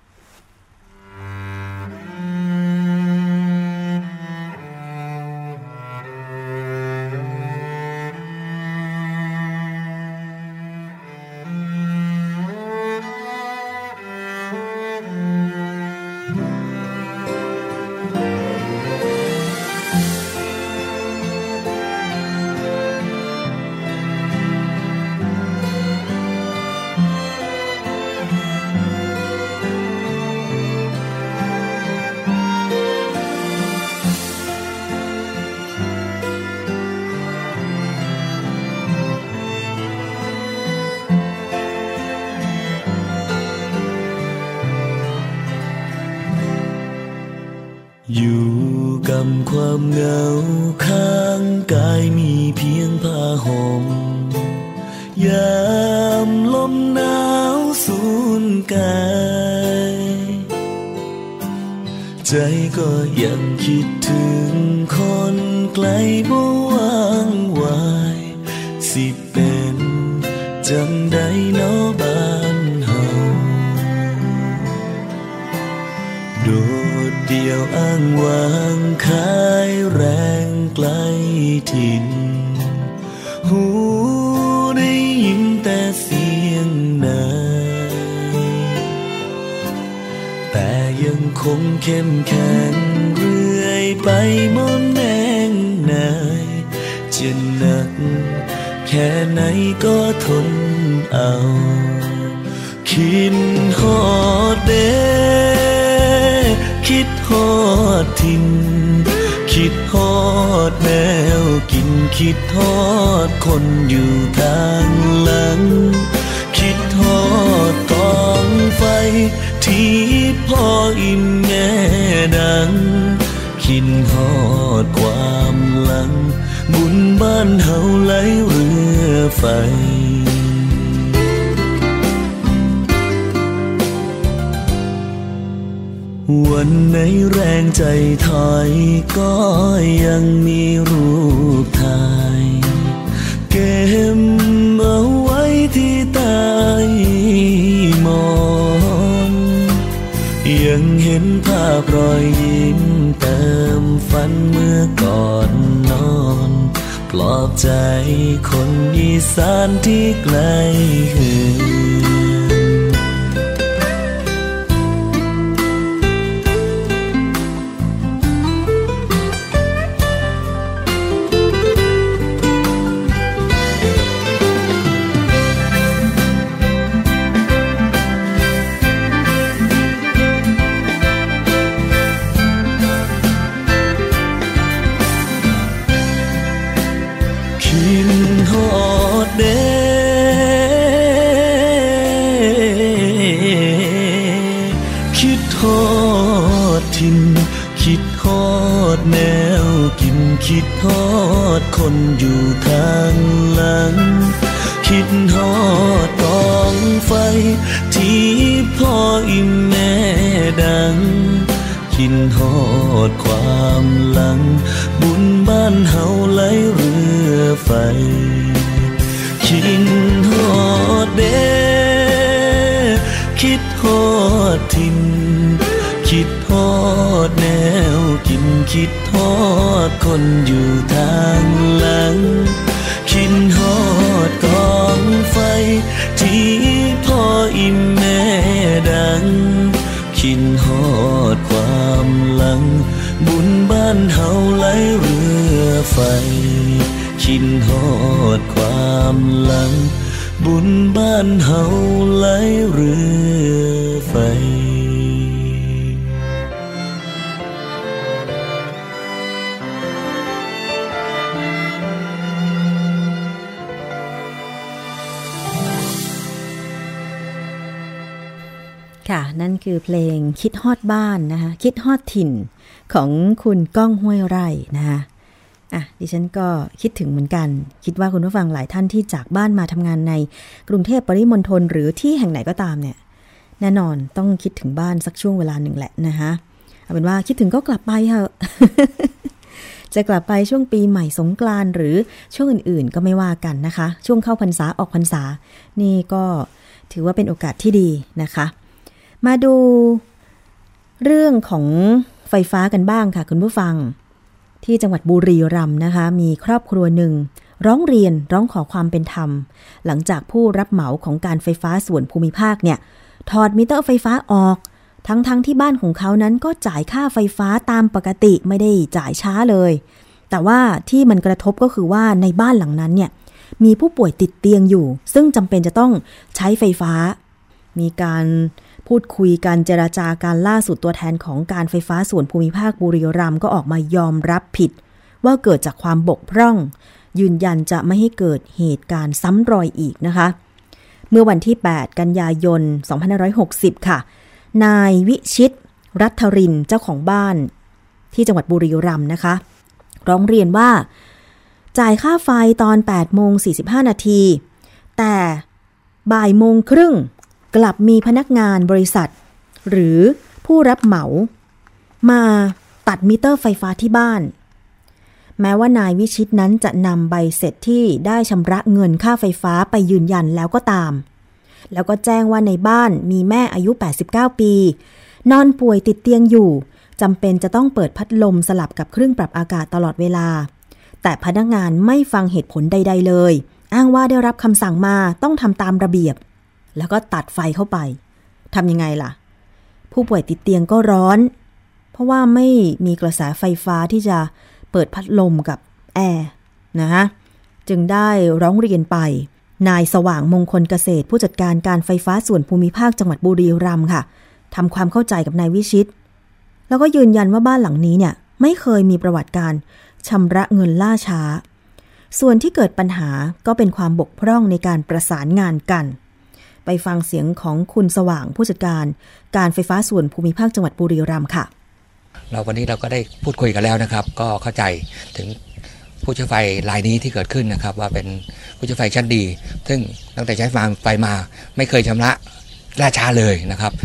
อยู่กับความเหงาข้างกายมีเพียงผ้าห่มยามลมหนาวสูญกายใจก็ยังคิดถึงคนไกลบ่วางไว้สิเป็นจังใดเนาะบ้านเฮาโดดเดี่ยวอ้างว้างคายแรงไกลถิ่นหูได้ยินแต่เสียงนายแต่ยังคงเข้มแข็งเรื่อยไปมนแนงนายจะหนักแค่ไหนก็ทนเอาคิดฮอดเด้คิดฮอดถิ่นคิดฮอดแนวกินคิดฮอดคนอยู่ทางหลังคิดฮอดกองไฟที่พ่ออิ่มแง่ดังคิดฮอดความหลังบุญบ้านเฮาไหลเรือไฟวันในแรงใจถอยก็ยังมีรูปถ่ายเก็บเอาไว้ที่ใต้หมอนยังเห็นภาพรอยยิ้มเติมฝันเมื่อก่อนนอนปลอบใจคนอีสานที่ไกลเหือคิดฮอดคนอยู่ทางหลังคิดฮอดกองไฟที่พ่ออิ่มแม่ดังคิดฮอดความหลังบุญบ้านเฮาไหลเรือไฟคิดฮอดเด้คิดฮอดทินคิดฮอดแนวกินคิดฮอดคนอยู่ทางหลังคิดฮอดกองไฟที่พ่ออิ่มแม่ดังคิดฮอดความหลังบุญบ้านเฮาไหลเรือไฟคิดฮอดความหลังบุญบ้านเฮาไหลเรือไฟค่ะนั่นคือเพลงคิดฮอดบ้านนะคะคิดฮอดถิ่นของคุณก้องห้วยไร่นะคะอ่ะดิฉันก็คิดถึงเหมือนกันคิดว่าคุณผู้ฟังหลายท่านที่จากบ้านมาทำงานในกรุงเทพปริมณฑลหรือที่แห่งไหนก็ตามเนี่ยแน่นอนต้องคิดถึงบ้านสักช่วงเวลาหนึ่งแหละนะคะเอาเป็นว่าคิดถึงก็กลับไปเถอะ จะกลับไปช่วงปีใหม่สงกรานต์หรือช่วงอื่นๆก็ไม่ว่ากันนะคะช่วงเข้าพรรษาออกพรรษานี่ก็ถือว่าเป็นโอกาสที่ดีนะคะมาดูเรื่องของไฟฟ้ากันบ้างค่ะคุณผู้ฟังที่จังหวัดบุรีรัมย์นะคะมีครอบครัวหนึ่งร้องเรียนร้องขอความเป็นธรรมหลังจากผู้รับเหมาของการไฟฟ้าส่วนภูมิภาคเนี่ยถอดมิเตอร์ไฟฟ้าออกทั้งๆ ท, ที่บ้านของเขานั้นก็จ่ายค่าไฟฟ้าตามปกติไม่ได้จ่ายช้าเลยแต่ว่าที่มันกระทบก็คือว่าในบ้านหลังนั้นเนี่ยมีผู้ป่วยติดเตียงอยู่ซึ่งจำเป็นจะต้องใช้ไฟฟ้ามีการพูดคุยกันเจรจาการล่าสุดตัวแทนของการไฟฟ้าส่วนภูมิภาคบุรีรัมย์ก็ออกมายอมรับผิดว่าเกิดจากความบกพร่องยืนยันจะไม่ให้เกิดเหตุการณ์ซ้ำรอยอีกนะคะเมื่อวันที่แปดกันยายนสองพันห้าร้อยหกสิบค่ะนายวิชิตรัฐรินเจ้าของบ้านที่จังหวัดบุรีรัมย์นะคะร้องเรียนว่าจ่ายค่าไฟตอน แปดโมงสี่สิบห้า นาทีแต่บ่ายโมงครึ่งกลับมีพนักงานบริษัทหรือผู้รับเหมามาตัดมิเตอร์ไฟฟ้าที่บ้านแม้ว่านายวิชิตนั้นจะนำใบเสร็จที่ได้ชำระเงินค่าไฟฟ้าไปยืนยันแล้วก็ตามแล้วก็แจ้งว่าในบ้านมีแม่อายุแปดสิบเก้าปีนอนป่วยติดเตียงอยู่จำเป็นจะต้องเปิดพัดลมสลับกับเครื่องปรับอากาศตลอดเวลาแต่พนักงานไม่ฟังเหตุผลใดๆเลยอ้างว่าได้รับคำสั่งมาต้องทำตามระเบียบแล้วก็ตัดไฟเข้าไปทำยังไงล่ะผู้ป่วยติดเตียงก็ร้อนเพราะว่าไม่มีกระแสไฟฟ้าที่จะเปิดพัดลมกับแอร์นะฮะจึงได้ร้องเรียนไปนายสว่างมงคลเกษตรผู้จัดการการไฟฟ้าส่วนภูมิภาคจังหวัดบุรีรัมย์ค่ะทำความเข้าใจกับนายวิชิตแล้วก็ยืนยันว่าบ้านหลังนี้เนี่ยไม่เคยมีประวัติการชำระเงินล่าช้าส่วนที่เกิดปัญหาก็เป็นความบกพร่องในการประสานงานกันไปฟังเสียงของคุณสว่างผู้จัดการการไฟฟ้าส่วนภูมิภาคจังหวัดบุรีรัมย์ค่ะเราวันนี้เราก็ได้พูดคุยกันแล้วนะครับก็เข้าใจถึงผู้ใช้ไฟรายนี้ที่เกิดขึ้นนะครับว่าเป็นผู้ใช้ไฟชั้นดีซึ่งตั้งแต่ใช้ไฟมาไม่เคยชำระล่าช้าเลยนะครับ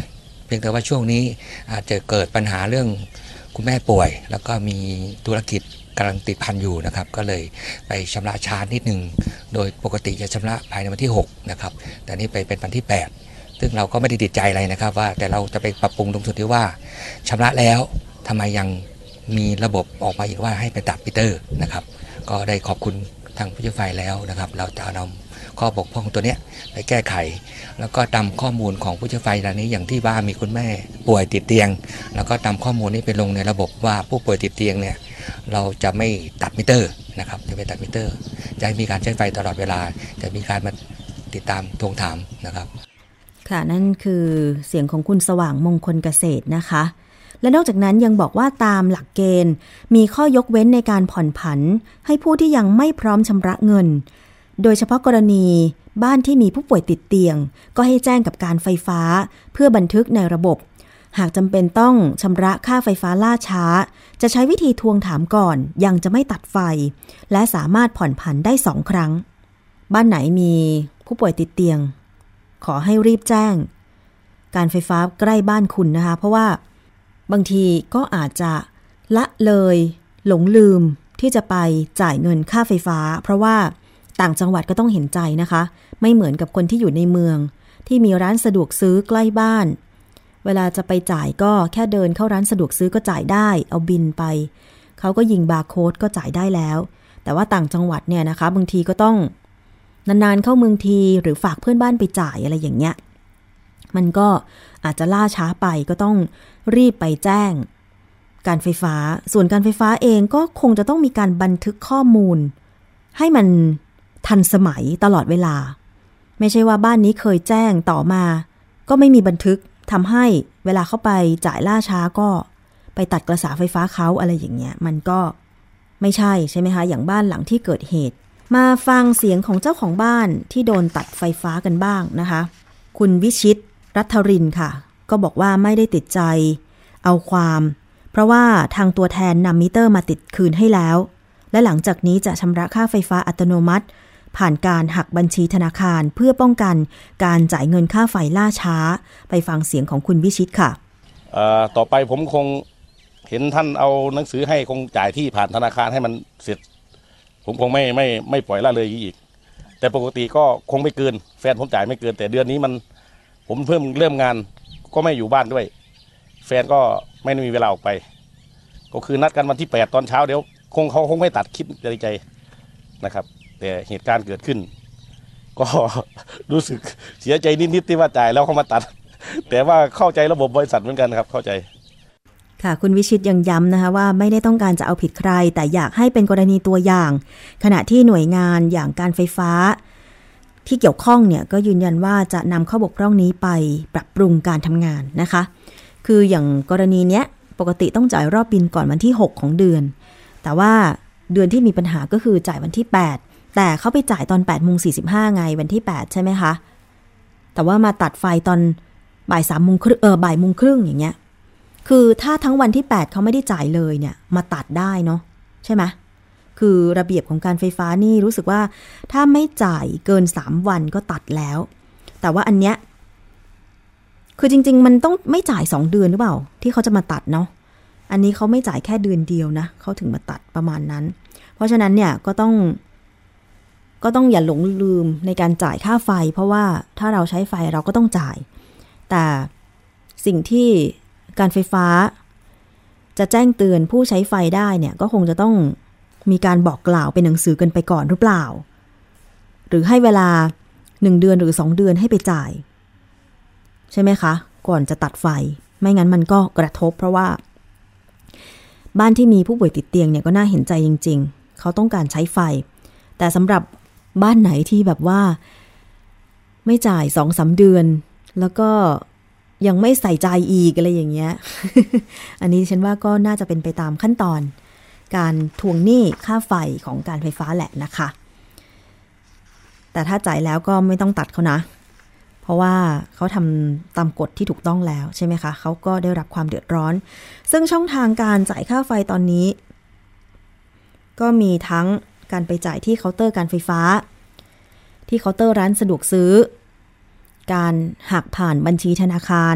พียงแต่ว่าช่วงนี้อาจจะเกิดปัญหาเรื่องคุณแม่ป่วยแล้วก็มีธุรกิจกำลังติดพันอยู่นะครับก็เลยไปชำระช้านิดนึงโดยปกติจะชำระภายในวันที่หกนะครับแต่นี่ไปเป็นวันที่แปดซึ่งเราก็ไม่ได้ติดใจอะไรนะครับว่าแต่เราจะไปปรับปรุงตรงส่วนที่ว่าชำระแล้วทำไมยังมีระบบออกมาอีกว่าให้ไปตัดมิเตอร์นะครับก็ได้ขอบคุณทางผู้ใช้ไฟแล้วนะครับเราจะนำข้อบกพร่องตัวเนี้ยไปแก้ไขแล้วก็ตามข้อมูลของผู้ใช้ไฟรายนี้อย่างที่ว่ามีคุณแม่ป่วยติดเตียงแล้วก็ตามข้อมูลนี้ไปลงในระบบว่าผู้ป่วยติดเตียงเนี่ยเราจะไม่ตัดมิเตอร์นะครับจะไม่ตัดมิเตอร์จะมีการใช้ไฟตลอดเวลาจะมีการมาติดตามทวงถามนะครับค่ะนั่นคือเสียงของคุณสว่างมงคลเกษตรนะคะและนอกจากนั้นยังบอกว่าตามหลักเกณฑ์มีข้อยกเว้นในการผ่อนผันให้ผู้ที่ยังไม่พร้อมชำระเงินโดยเฉพาะกรณีบ้านที่มีผู้ป่วยติดเตียงก็ให้แจ้งกับการไฟฟ้าเพื่อบันทึกในระบบหากจำเป็นต้องชำระค่าไฟฟ้าล่าช้าจะใช้วิธีทวงถามก่อนยังจะไม่ตัดไฟและสามารถผ่อนผันได้สองครั้งบ้านไหนมีผู้ป่วยติดเตียงขอให้รีบแจ้งการไฟฟ้าใกล้บ้านคุณนะคะเพราะว่าบางทีก็อาจจะละเลยหลงลืมที่จะไปจ่ายเงินค่าไฟฟ้าเพราะว่าต่างจังหวัดก็ต้องเห็นใจนะคะไม่เหมือนกับคนที่อยู่ในเมืองที่มีร้านสะดวกซื้อใกล้บ้านเวลาจะไปจ่ายก็แค่เดินเข้าร้านสะดวกซื้อก็จ่ายได้เอาบิลไปเขาก็ยิงบาร์โค้ดก็จ่ายได้แล้วแต่ว่าต่างจังหวัดเนี่ยนะคะบางทีก็ต้องนานๆเข้าเมืองทีหรือฝากเพื่อนบ้านไปจ่ายอะไรอย่างเงี้ยมันก็อาจจะล่าช้าไปก็ต้องรีบไปแจ้งการไฟฟ้าส่วนการไฟฟ้าเองก็คงจะต้องมีการบันทึกข้อมูลให้มันทันสมัยตลอดเวลาไม่ใช่ว่าบ้านนี้เคยแจ้งต่อมาก็ไม่มีบันทึกทำให้เวลาเข้าไปจ่ายล่าช้าก็ไปตัดกระแสไฟฟ้าเขาอะไรอย่างเงี้ยมันก็ไม่ใช่ใช่ไหมคะอย่างบ้านหลังที่เกิดเหตุมาฟังเสียงของเจ้าของบ้านที่โดนตัดไฟฟ้ากันบ้างนะคะคุณวิชิตรัฐรินค่ะก็บอกว่าไม่ได้ติดใจเอาความเพราะว่าทางตัวแทนนำมิเตอร์มาติดคืนให้แล้วและหลังจากนี้จะชำระค่าไฟฟ้าอัตโนมัติผ่านการหักบัญชีธนาคารเพื่อป้องกันการจ่ายเงินค่าไฟล่าช้าไปฟังเสียงของคุณวิชิตค่ะต่อไปผมคงเห็นท่านเอาหนังสือให้คงจ่ายที่ผ่านธนาคารให้มันเสร็จผมคงไม่ไม่ไม่ปล่อยละเลยอีกแต่ปกติก็คงไม่เกินแฟนผมจ่ายไม่เกินแต่เดือนนี้มันผมเพิ่มเริ่มงานก็ไม่อยู่บ้านด้วยแฟนก็ไม่มีเวลาออกไปก็คือนัดกันวันที่แปดตอนเช้าเดี๋ยวคงเขาคงไม่ตัดคิดใจใจนะครับแต่เหตุการณ์เกิดขึ้นก็รู้สึกเสียใจนิดๆที่ว่าจ่ายแล้วเขามาตัดแต่ว่าเข้าใจระบบบริษัทเหมือนกันครับเข้าใจค่ะคุณวิชิตยังย้ำนะคะว่าไม่ได้ต้องการจะเอาผิดใครแต่อยากให้เป็นกรณีตัวอย่างขณะที่หน่วยงานอย่างการไฟฟ้าที่เกี่ยวข้องเนี่ยก็ยืนยันว่าจะนำข้อบกพร่องนี้ไปปรับปรุงการทำงานนะคะคืออย่างกรณีเนี้ยปกติต้องจ่ายรอบบิลก่อนวันที่หกของเดือนแต่ว่าเดือนที่มีปัญหาก็คือจ่ายวันที่แปดแต่เขาไปจ่ายตอน แปดโมงสี่สิบห้า ไงวันที่แปดใช่ไหมคะแต่ว่ามาตัดไฟตอนบ่ายสามโมงครึ่งเออบ่ายโมงครึ่งอย่างเงี้ยคือถ้าทั้งวันที่แปดเขาไม่ได้จ่ายเลยเนี่ยมาตัดได้เนาะใช่ไหมคือระเบียบของการไฟฟ้านี่รู้สึกว่าถ้าไม่จ่ายเกินสามวันก็ตัดแล้วแต่ว่าอันเนี้ยคือจริงๆมันต้องไม่จ่ายสองเดือนหรือเปล่าที่เขาจะมาตัดเนาะอันนี้เขาไม่จ่ายแค่เดือนเดียวนะเขาถึงมาตัดประมาณนั้นเพราะฉะนั้นเนี่ยก็ต้องก็ต้องอย่าหลงลืมในการจ่ายค่าไฟเพราะว่าถ้าเราใช้ไฟเราก็ต้องจ่ายแต่สิ่งที่การไฟฟ้าจะแจ้งเตือนผู้ใช้ไฟได้เนี่ยก็คงจะต้องมีการบอกกล่าวเป็นหนังสือกันไปก่อนหรือเปล่าหรือให้เวลาหนึ่งเดือนหรือสองเดือนให้ไปจ่ายใช่ไหมคะก่อนจะตัดไฟไม่งั้นมันก็กระทบเพราะว่าบ้านที่มีผู้ป่วยติดเตียงเนี่ยก็น่าเห็นใจจริงๆเขาต้องการใช้ไฟแต่สำหรับบ้านไหนที่แบบว่าไม่จ่าย สองถึงสาม เดือนแล้วก็ยังไม่ใส่ใจอีกอะไรอย่างเงี้ย อันนี้ฉันว่าก็น่าจะเป็นไปตามขั้นตอนการทวงหนี้ค่าไฟของการไฟฟ้าแหละนะคะแต่ถ้าจ่ายแล้วก็ไม่ต้องตัดเขานะเพราะว่าเขาทำตามกฎที่ถูกต้องแล้วใช่ไหมคะเขาก็ได้รับความเดือดร้อนซึ่งช่องทางการจ่ายค่าไฟตอนนี้ก็มีทั้งการไปจ่ายที่เคาน์เตอร์การไฟฟ้าที่เคาน์เตอร์ร้านสะดวกซื้อการหักผ่านบัญชีธนาคาร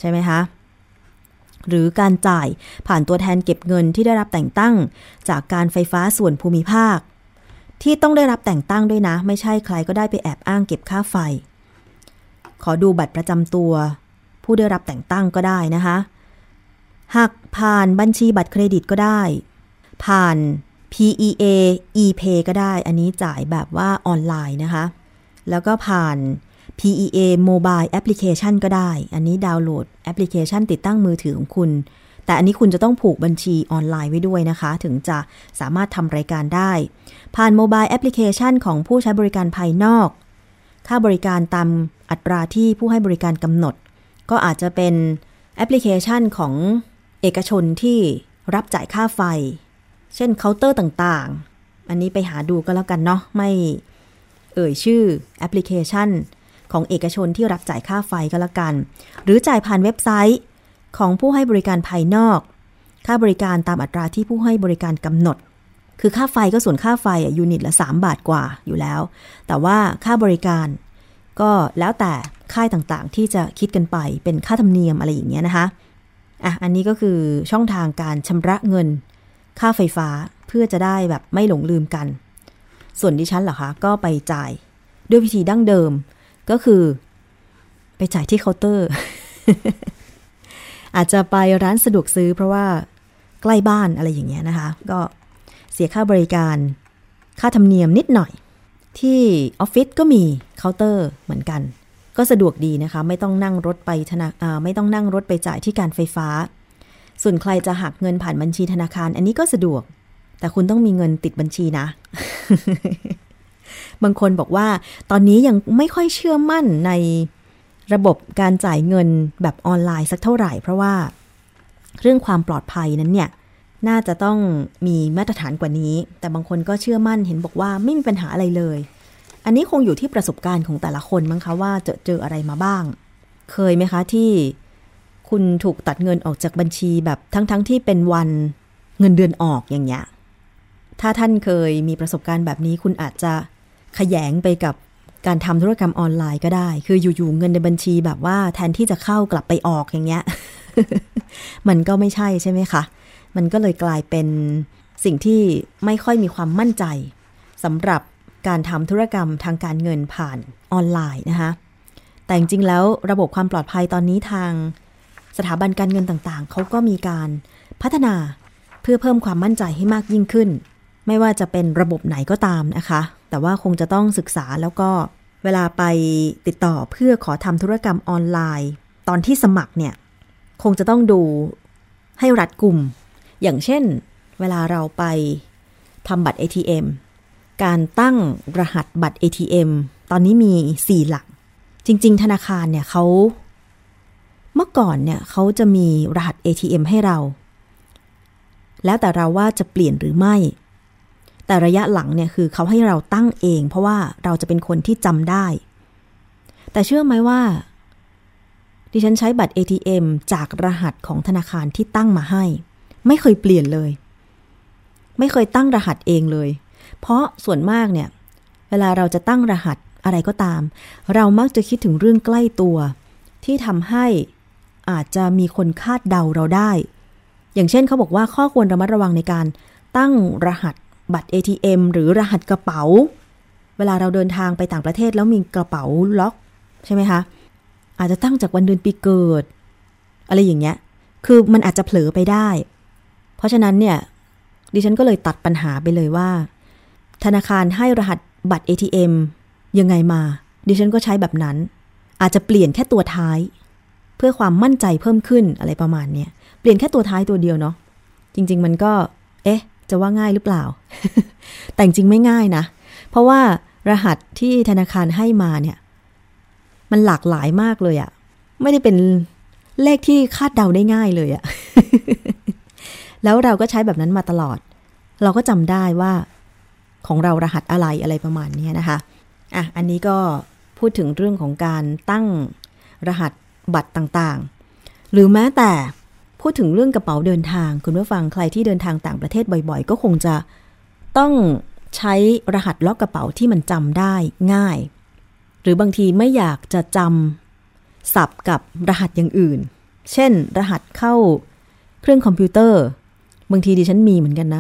ใช่ไหมคะหรือการจ่ายผ่านตัวแทนเก็บเงินที่ได้รับแต่งตั้งจากการไฟฟ้าส่วนภูมิภาคที่ต้องได้รับแต่งตั้งด้วยนะไม่ใช่ใครก็ได้ไปแอบอ้างเก็บค่าไฟขอดูบัตรประจำตัวผู้ได้รับแต่งตั้งก็ได้นะคะหักผ่านบัญชีบัตรเครดิตก็ได้ผ่าน พี อี เอ ePay ก็ได้อันนี้จ่ายแบบว่าออนไลน์นะคะแล้วก็ผ่าน พี อี เอ Mobile Application ก็ได้อันนี้ดาวน์โหลดแอปพลิเคชันติดตั้งมือถือของคุณแต่อันนี้คุณจะต้องผูกบัญชีออนไลน์ไว้ด้วยนะคะถึงจะสามารถทำรายการได้ผ่าน Mobile Application ของผู้ใช้บริการภายนอกค่าบริการตามอัตราที่ผู้ให้บริการกำหนดก็อาจจะเป็นแอปพลิเคชันของเอกชนที่รับจ่ายค่าไฟเช่นเคาน์เตอร์ต่างๆอันนี้ไปหาดูก็แล้วกันเนาะไม่เอ่ยชื่อแอปพลิเคชันของเอกชนที่รับจ่ายค่าไฟก็แล้วกันหรือจ่ายผ่านเว็บไซต์ของผู้ให้บริการภายนอกค่าบริการตามอัตราที่ผู้ให้บริการกำหนดคือค่าไฟก็ส่วนค่าไฟยูนิตละสามบาทกว่าอยู่แล้วแต่ว่าค่าบริการก็แล้วแต่ค่ายต่างๆที่จะคิดกันไปเป็นค่าธรรมเนียมอะไรอย่างเงี้ยนะคะอ่ะอันนี้ก็คือช่องทางการชำระเงินค่าไฟฟ้าเพื่อจะได้แบบไม่หลงลืมกันส่วนดิฉันเหรอคะก็ไปจ่ายด้วยวิธีดั้งเดิมก็คือไปจ่ายที่เคาน์เตอร์ อาจจะไปร้านสะดวกซื้อเพราะว่าใกล้บ้านอะไรอย่างเงี้ยนะคะก็เสียค่าบริการค่าธรรมเนียมนิดหน่อยที่ออฟฟิศก็มีเคาน์เตอร์เหมือนกันก็สะดวกดีนะคะไม่ต้องนั่งรถไปธนาคารไม่ต้องนั่งรถไปจ่ายที่การไฟฟ้าส่วนใครจะหักเงินผ่านบัญชีธนาคารอันนี้ก็สะดวกแต่คุณต้องมีเงินติดบัญชีนะ บางคนบอกว่าตอนนี้ยังไม่ค่อยเชื่อมั่นในระบบการจ่ายเงินแบบออนไลน์สักเท่าไหร่เพราะว่าเรื่องความปลอดภัยนั้นเนี่ยน่าจะต้องมีมาตรฐานกว่านี้แต่บางคนก็เชื่อมั่นเห็นบอกว่าไม่มีปัญหาอะไรเลยอันนี้คงอยู่ที่ประสบการณ์ของแต่ละคนมั้งคะว่าเจอเจออะไรมาบ้างเคยไหมคะที่คุณถูกตัดเงินออกจากบัญชีแบบทั้งๆ ท, ที่เป็นวันเงินเดือนออกอย่างเงี้ยถ้าท่านเคยมีประสบการณ์แบบนี้คุณอาจจะขยงไปกับการทำธุรกรรมออนไลน์ก็ได้คืออยู่ๆเงินในบัญชีแบบว่าแทนที่จะเข้ากลับไปออกอย่างเงี้ย มันก็ไม่ใช่ใช่ไหมคะมันก็เลยกลายเป็นสิ่งที่ไม่ค่อยมีความมั่นใจสำหรับการทำธุรกรรมทางการเงินผ่านออนไลน์นะคะแต่จริงๆแล้วระบบความปลอดภัยตอนนี้ทางสถาบันการเงินต่างๆเขาก็มีการพัฒนาเพื่อเพิ่มความมั่นใจให้มากยิ่งขึ้นไม่ว่าจะเป็นระบบไหนก็ตามนะคะแต่ว่าคงจะต้องศึกษาแล้วก็เวลาไปติดต่อเพื่อขอทำธุรกรรมออนไลน์ตอนที่สมัครเนี่ยคงจะต้องดูให้รัดกุมอย่างเช่นเวลาเราไปทำบัตร เอ ที เอ็ม การตั้งรหัสบัตร เอ ที เอ็ม ตอนนี้มีสี่หลักจริงๆธนาคารเนี่ยเขาเมื่อก่อนเนี่ยเขาจะมีรหัส เอ ที เอ็ม ให้เราแล้วแต่เราว่าจะเปลี่ยนหรือไม่แต่ระยะหลังเนี่ยคือเขาให้เราตั้งเองเพราะว่าเราจะเป็นคนที่จำได้แต่เชื่อไหมว่าดิฉันใช้บัตร เอ ที เอ็ม จากรหัสของธนาคารที่ตั้งมาให้ไม่เคยเปลี่ยนเลยไม่เคยตั้งรหัสเองเลยเพราะส่วนมากเนี่ยเวลาเราจะตั้งรหัสอะไรก็ตามเรามักจะคิดถึงเรื่องใกล้ตัวที่ทำให้อาจจะมีคนคาดเดาเราได้อย่างเช่นเขาบอกว่าข้อควรระมัดระวังในการตั้งรหัสบัตร เอ ที เอ็ม หรือรหัสกระเป๋าเวลาเราเดินทางไปต่างประเทศแล้วมีกระเป๋าล็อกใช่ไหมคะอาจจะตั้งจากวันเดือนปีเกิดอะไรอย่างเงี้ยคือมันอาจจะเผลอไปได้เพราะฉะนั้นเนี่ยดิฉันก็เลยตัดปัญหาไปเลยว่าธนาคารให้รหัสบัตร เอ ที เอ็ม ยังไงมาดิฉันก็ใช้แบบนั้นอาจจะเปลี่ยนแค่ตัวท้ายเพื่อความมั่นใจเพิ่มขึ้นอะไรประมาณเนี้ยเปลี่ยนแค่ตัวท้ายตัวเดียวเนาะจริงๆมันก็เอ๊ะจะว่าง่ายหรือเปล่า แต่จริงไม่ง่ายนะเพราะว่ารหัสที่ธนาคารให้มาเนี่ยมันหลากหลายมากเลยอะไม่ได้เป็นเลขที่คาดเดาได้ง่ายเลยอะ แล้วเราก็ใช้แบบนั้นมาตลอดเราก็จำได้ว่าของเรารหัสอะไรอะไรประมาณนี้นะคะอ่ะอันนี้ก็พูดถึงเรื่องของการตั้งรหัสบัตรต่างๆหรือแม้แต่พูดถึงเรื่องกระเป๋าเดินทางคุณผู้ฟังใครที่เดินทางต่างประเทศบ่อยๆก็คงจะต้องใช้รหัสล็อกกระเป๋าที่มันจำได้ง่ายหรือบางทีไม่อยากจะจำศัพท์กับรหัสอย่างอื่นเช่นรหัสเข้าเครื่องคอมพิวเตอร์บางทีดิฉันมีเหมือนกันนะ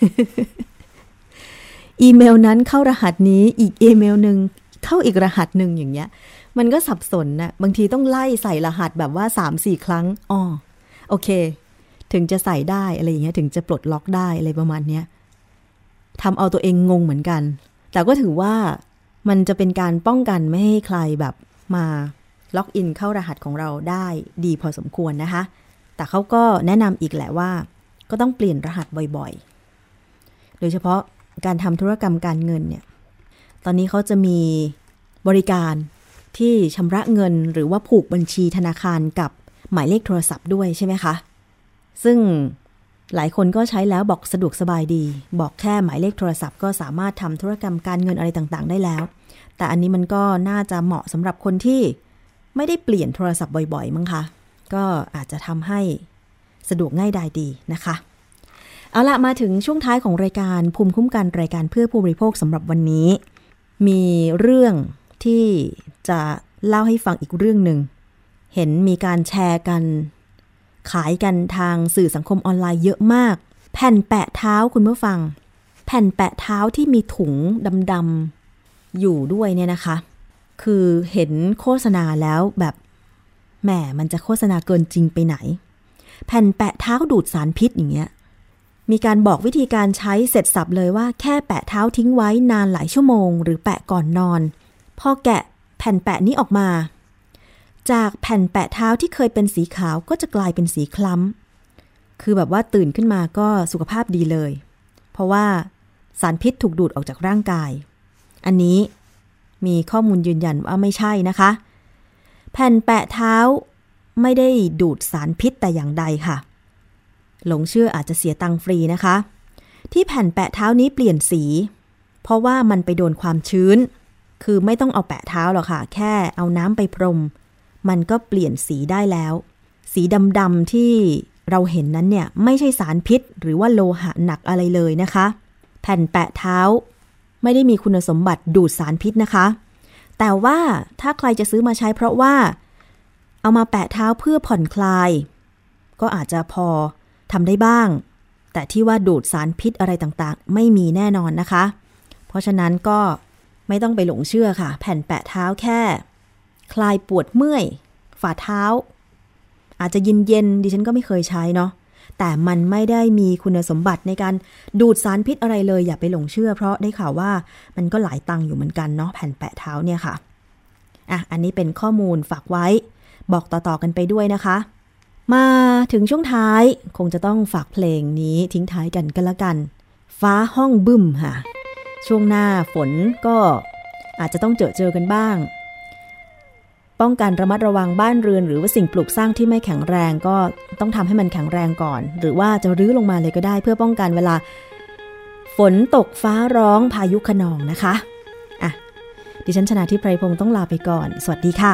อีเมลนั้นเข้ารหัสนี้อีกอีเมลนึงเข้าอีกรหัสนึงอย่างเงี้ยมันก็สับสนนะบางทีต้องไล่ใส่รหัสแบบว่า สามสี่ ครั้งอ๋อโอเคถึงจะใส่ได้อะไรอย่างเงี้ยถึงจะปลดล็อกได้อะไรประมาณเนี้ยทำเอาตัวเองงงเหมือนกันแต่ก็ถือว่ามันจะเป็นการป้องกันไม่ให้ใครแบบมาล็อกอินเข้ารหัสของเราได้ดีพอสมควรนะคะแต่เขาก็แนะนำอีกแหละว่าก็ต้องเปลี่ยนรหัสบ่อยๆโดยเฉพาะการทำธุรกรรมการเงินเนี่ยตอนนี้เขาจะมีบริการที่ชำระเงินหรือว่าผูกบัญชีธนาคารกับหมายเลขโทรศัพท์ด้วยใช่ไหมคะซึ่งหลายคนก็ใช้แล้วบอกสะดวกสบายดีบอกแค่หมายเลขโทรศัพท์ก็สามารถทำธุรกรรมการเงินอะไรต่างๆได้แล้วแต่อันนี้มันก็น่าจะเหมาะสำหรับคนที่ไม่ได้เปลี่ยนโทรศัพท์บ่อยๆมั้งคะก็อาจจะทำให้สะดวกง่ายดายดีนะคะเอาละมาถึงช่วงท้ายของรายการภูมิคุ้มกันรายการเพื่อผู้บริโภคสำหรับวันนี้มีเรื่องที่จะเล่าให้ฟังอีกเรื่องหนึ่งเห็นมีการแชร์กันขายกันทางสื่อสังคมออนไลน์เยอะมากแผ่นแปะเท้าคุณผู้ฟังแผ่นแปะเท้าที่มีถุงดำๆอยู่ด้วยเนี่ยนะคะคือเห็นโฆษณาแล้วแบบแหมมันจะโฆษณาเกินจริงไปไหนแผ่นแปะเท้าดูดสารพิษอย่างเงี้ยมีการบอกวิธีการใช้เสร็จสับเลยว่าแค่แปะเท้าทิ้งไว้นานหลายชั่วโมงหรือแปะก่อนนอนพอแกะแผ่นแปะนี้ออกมาจากแผ่นแปะเท้าที่เคยเป็นสีขาวก็จะกลายเป็นสีคล้ำคือแบบว่าตื่นขึ้นมาก็สุขภาพดีเลยเพราะว่าสารพิษถูกดูดออกจากร่างกายอันนี้มีข้อมูลยืนยันว่าไม่ใช่นะคะแผ่นแปะเท้าไม่ได้ดูดสารพิษแต่อย่างใดค่ะหลงเชื่ออาจจะเสียตังค์ฟรีนะคะที่แผ่นแปะเท้านี้เปลี่ยนสีเพราะว่ามันไปโดนความชื้นคือไม่ต้องเอาแปะเท้าหรอกค่ะแค่เอาน้ำไปพรมมันก็เปลี่ยนสีได้แล้วสีดำๆที่เราเห็นนั้นเนี่ยไม่ใช่สารพิษหรือว่าโลหะหนักอะไรเลยนะคะแผ่นแปะเท้าไม่ได้มีคุณสมบัติดูดสารพิษนะคะแต่ว่าถ้าใครจะซื้อมาใช้เพราะว่าเอามาแปะเท้าเพื่อผ่อนคลายก็อาจจะพอทำได้บ้างแต่ที่ว่าดูดสารพิษอะไรต่างๆไม่มีแน่นอนนะคะเพราะฉะนั้นก็ไม่ต้องไปหลงเชื่อค่ะแผ่นแปะเท้าแค่คลายปวดเมื่อยฝ่าเท้าอาจจะเย็นๆดิฉันก็ไม่เคยใช้เนาะแต่มันไม่ได้มีคุณสมบัติในการดูดสารพิษอะไรเลยอย่าไปหลงเชื่อเพราะได้ข่าวว่ามันก็หลายตังค์อยู่เหมือนกันเนาะแผ่นแปะเท้าเนี่ยค่ะอ่ะอันนี้เป็นข้อมูลฝากไว้บอกต่อๆกันไปด้วยนะคะมาถึงช่วงท้ายคงจะต้องฝากเพลงนี้ทิ้งท้ายกันกันละกันฟ้าห้องบึ้มค่ะช่วงหน้าฝนก็อาจจะต้องเจอเจอกันบ้างป้องกันระมัดระวังบ้านเรือนหรือว่าสิ่งปลูกสร้างที่ไม่แข็งแรงก็ต้องทำให้มันแข็งแรงก่อนหรือว่าจะรื้อลงมาเลยก็ได้เพื่อป้องกันเวลาฝนตกฟ้าร้องพายุคะนองนะคะอ่ะดิฉันชนาธิไพรพงศ์ต้องลาไปก่อนสวัสดีค่ะ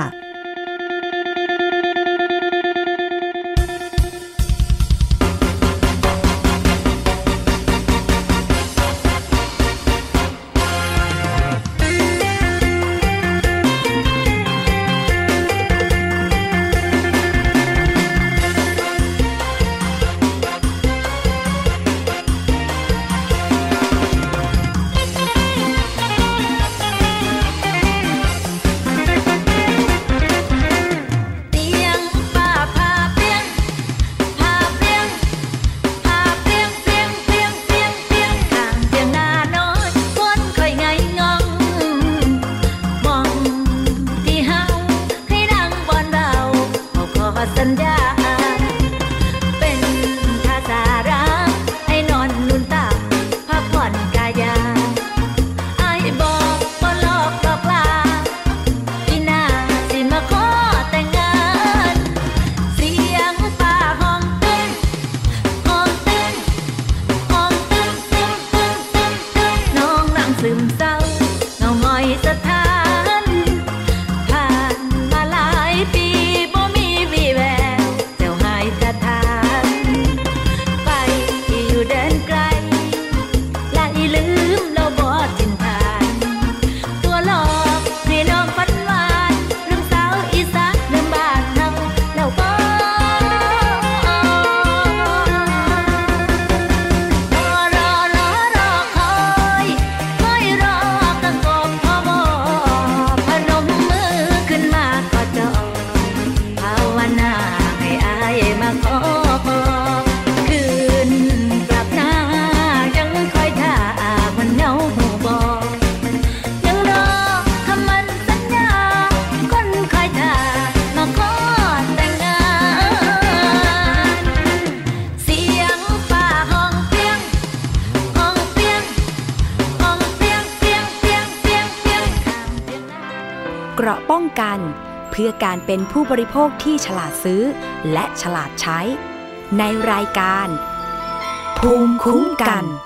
เกราะป้องกันเพื่อการเป็นผู้บริโภคที่ฉลาดซื้อและฉลาดใช้ในรายการภูมิคุ้มกัน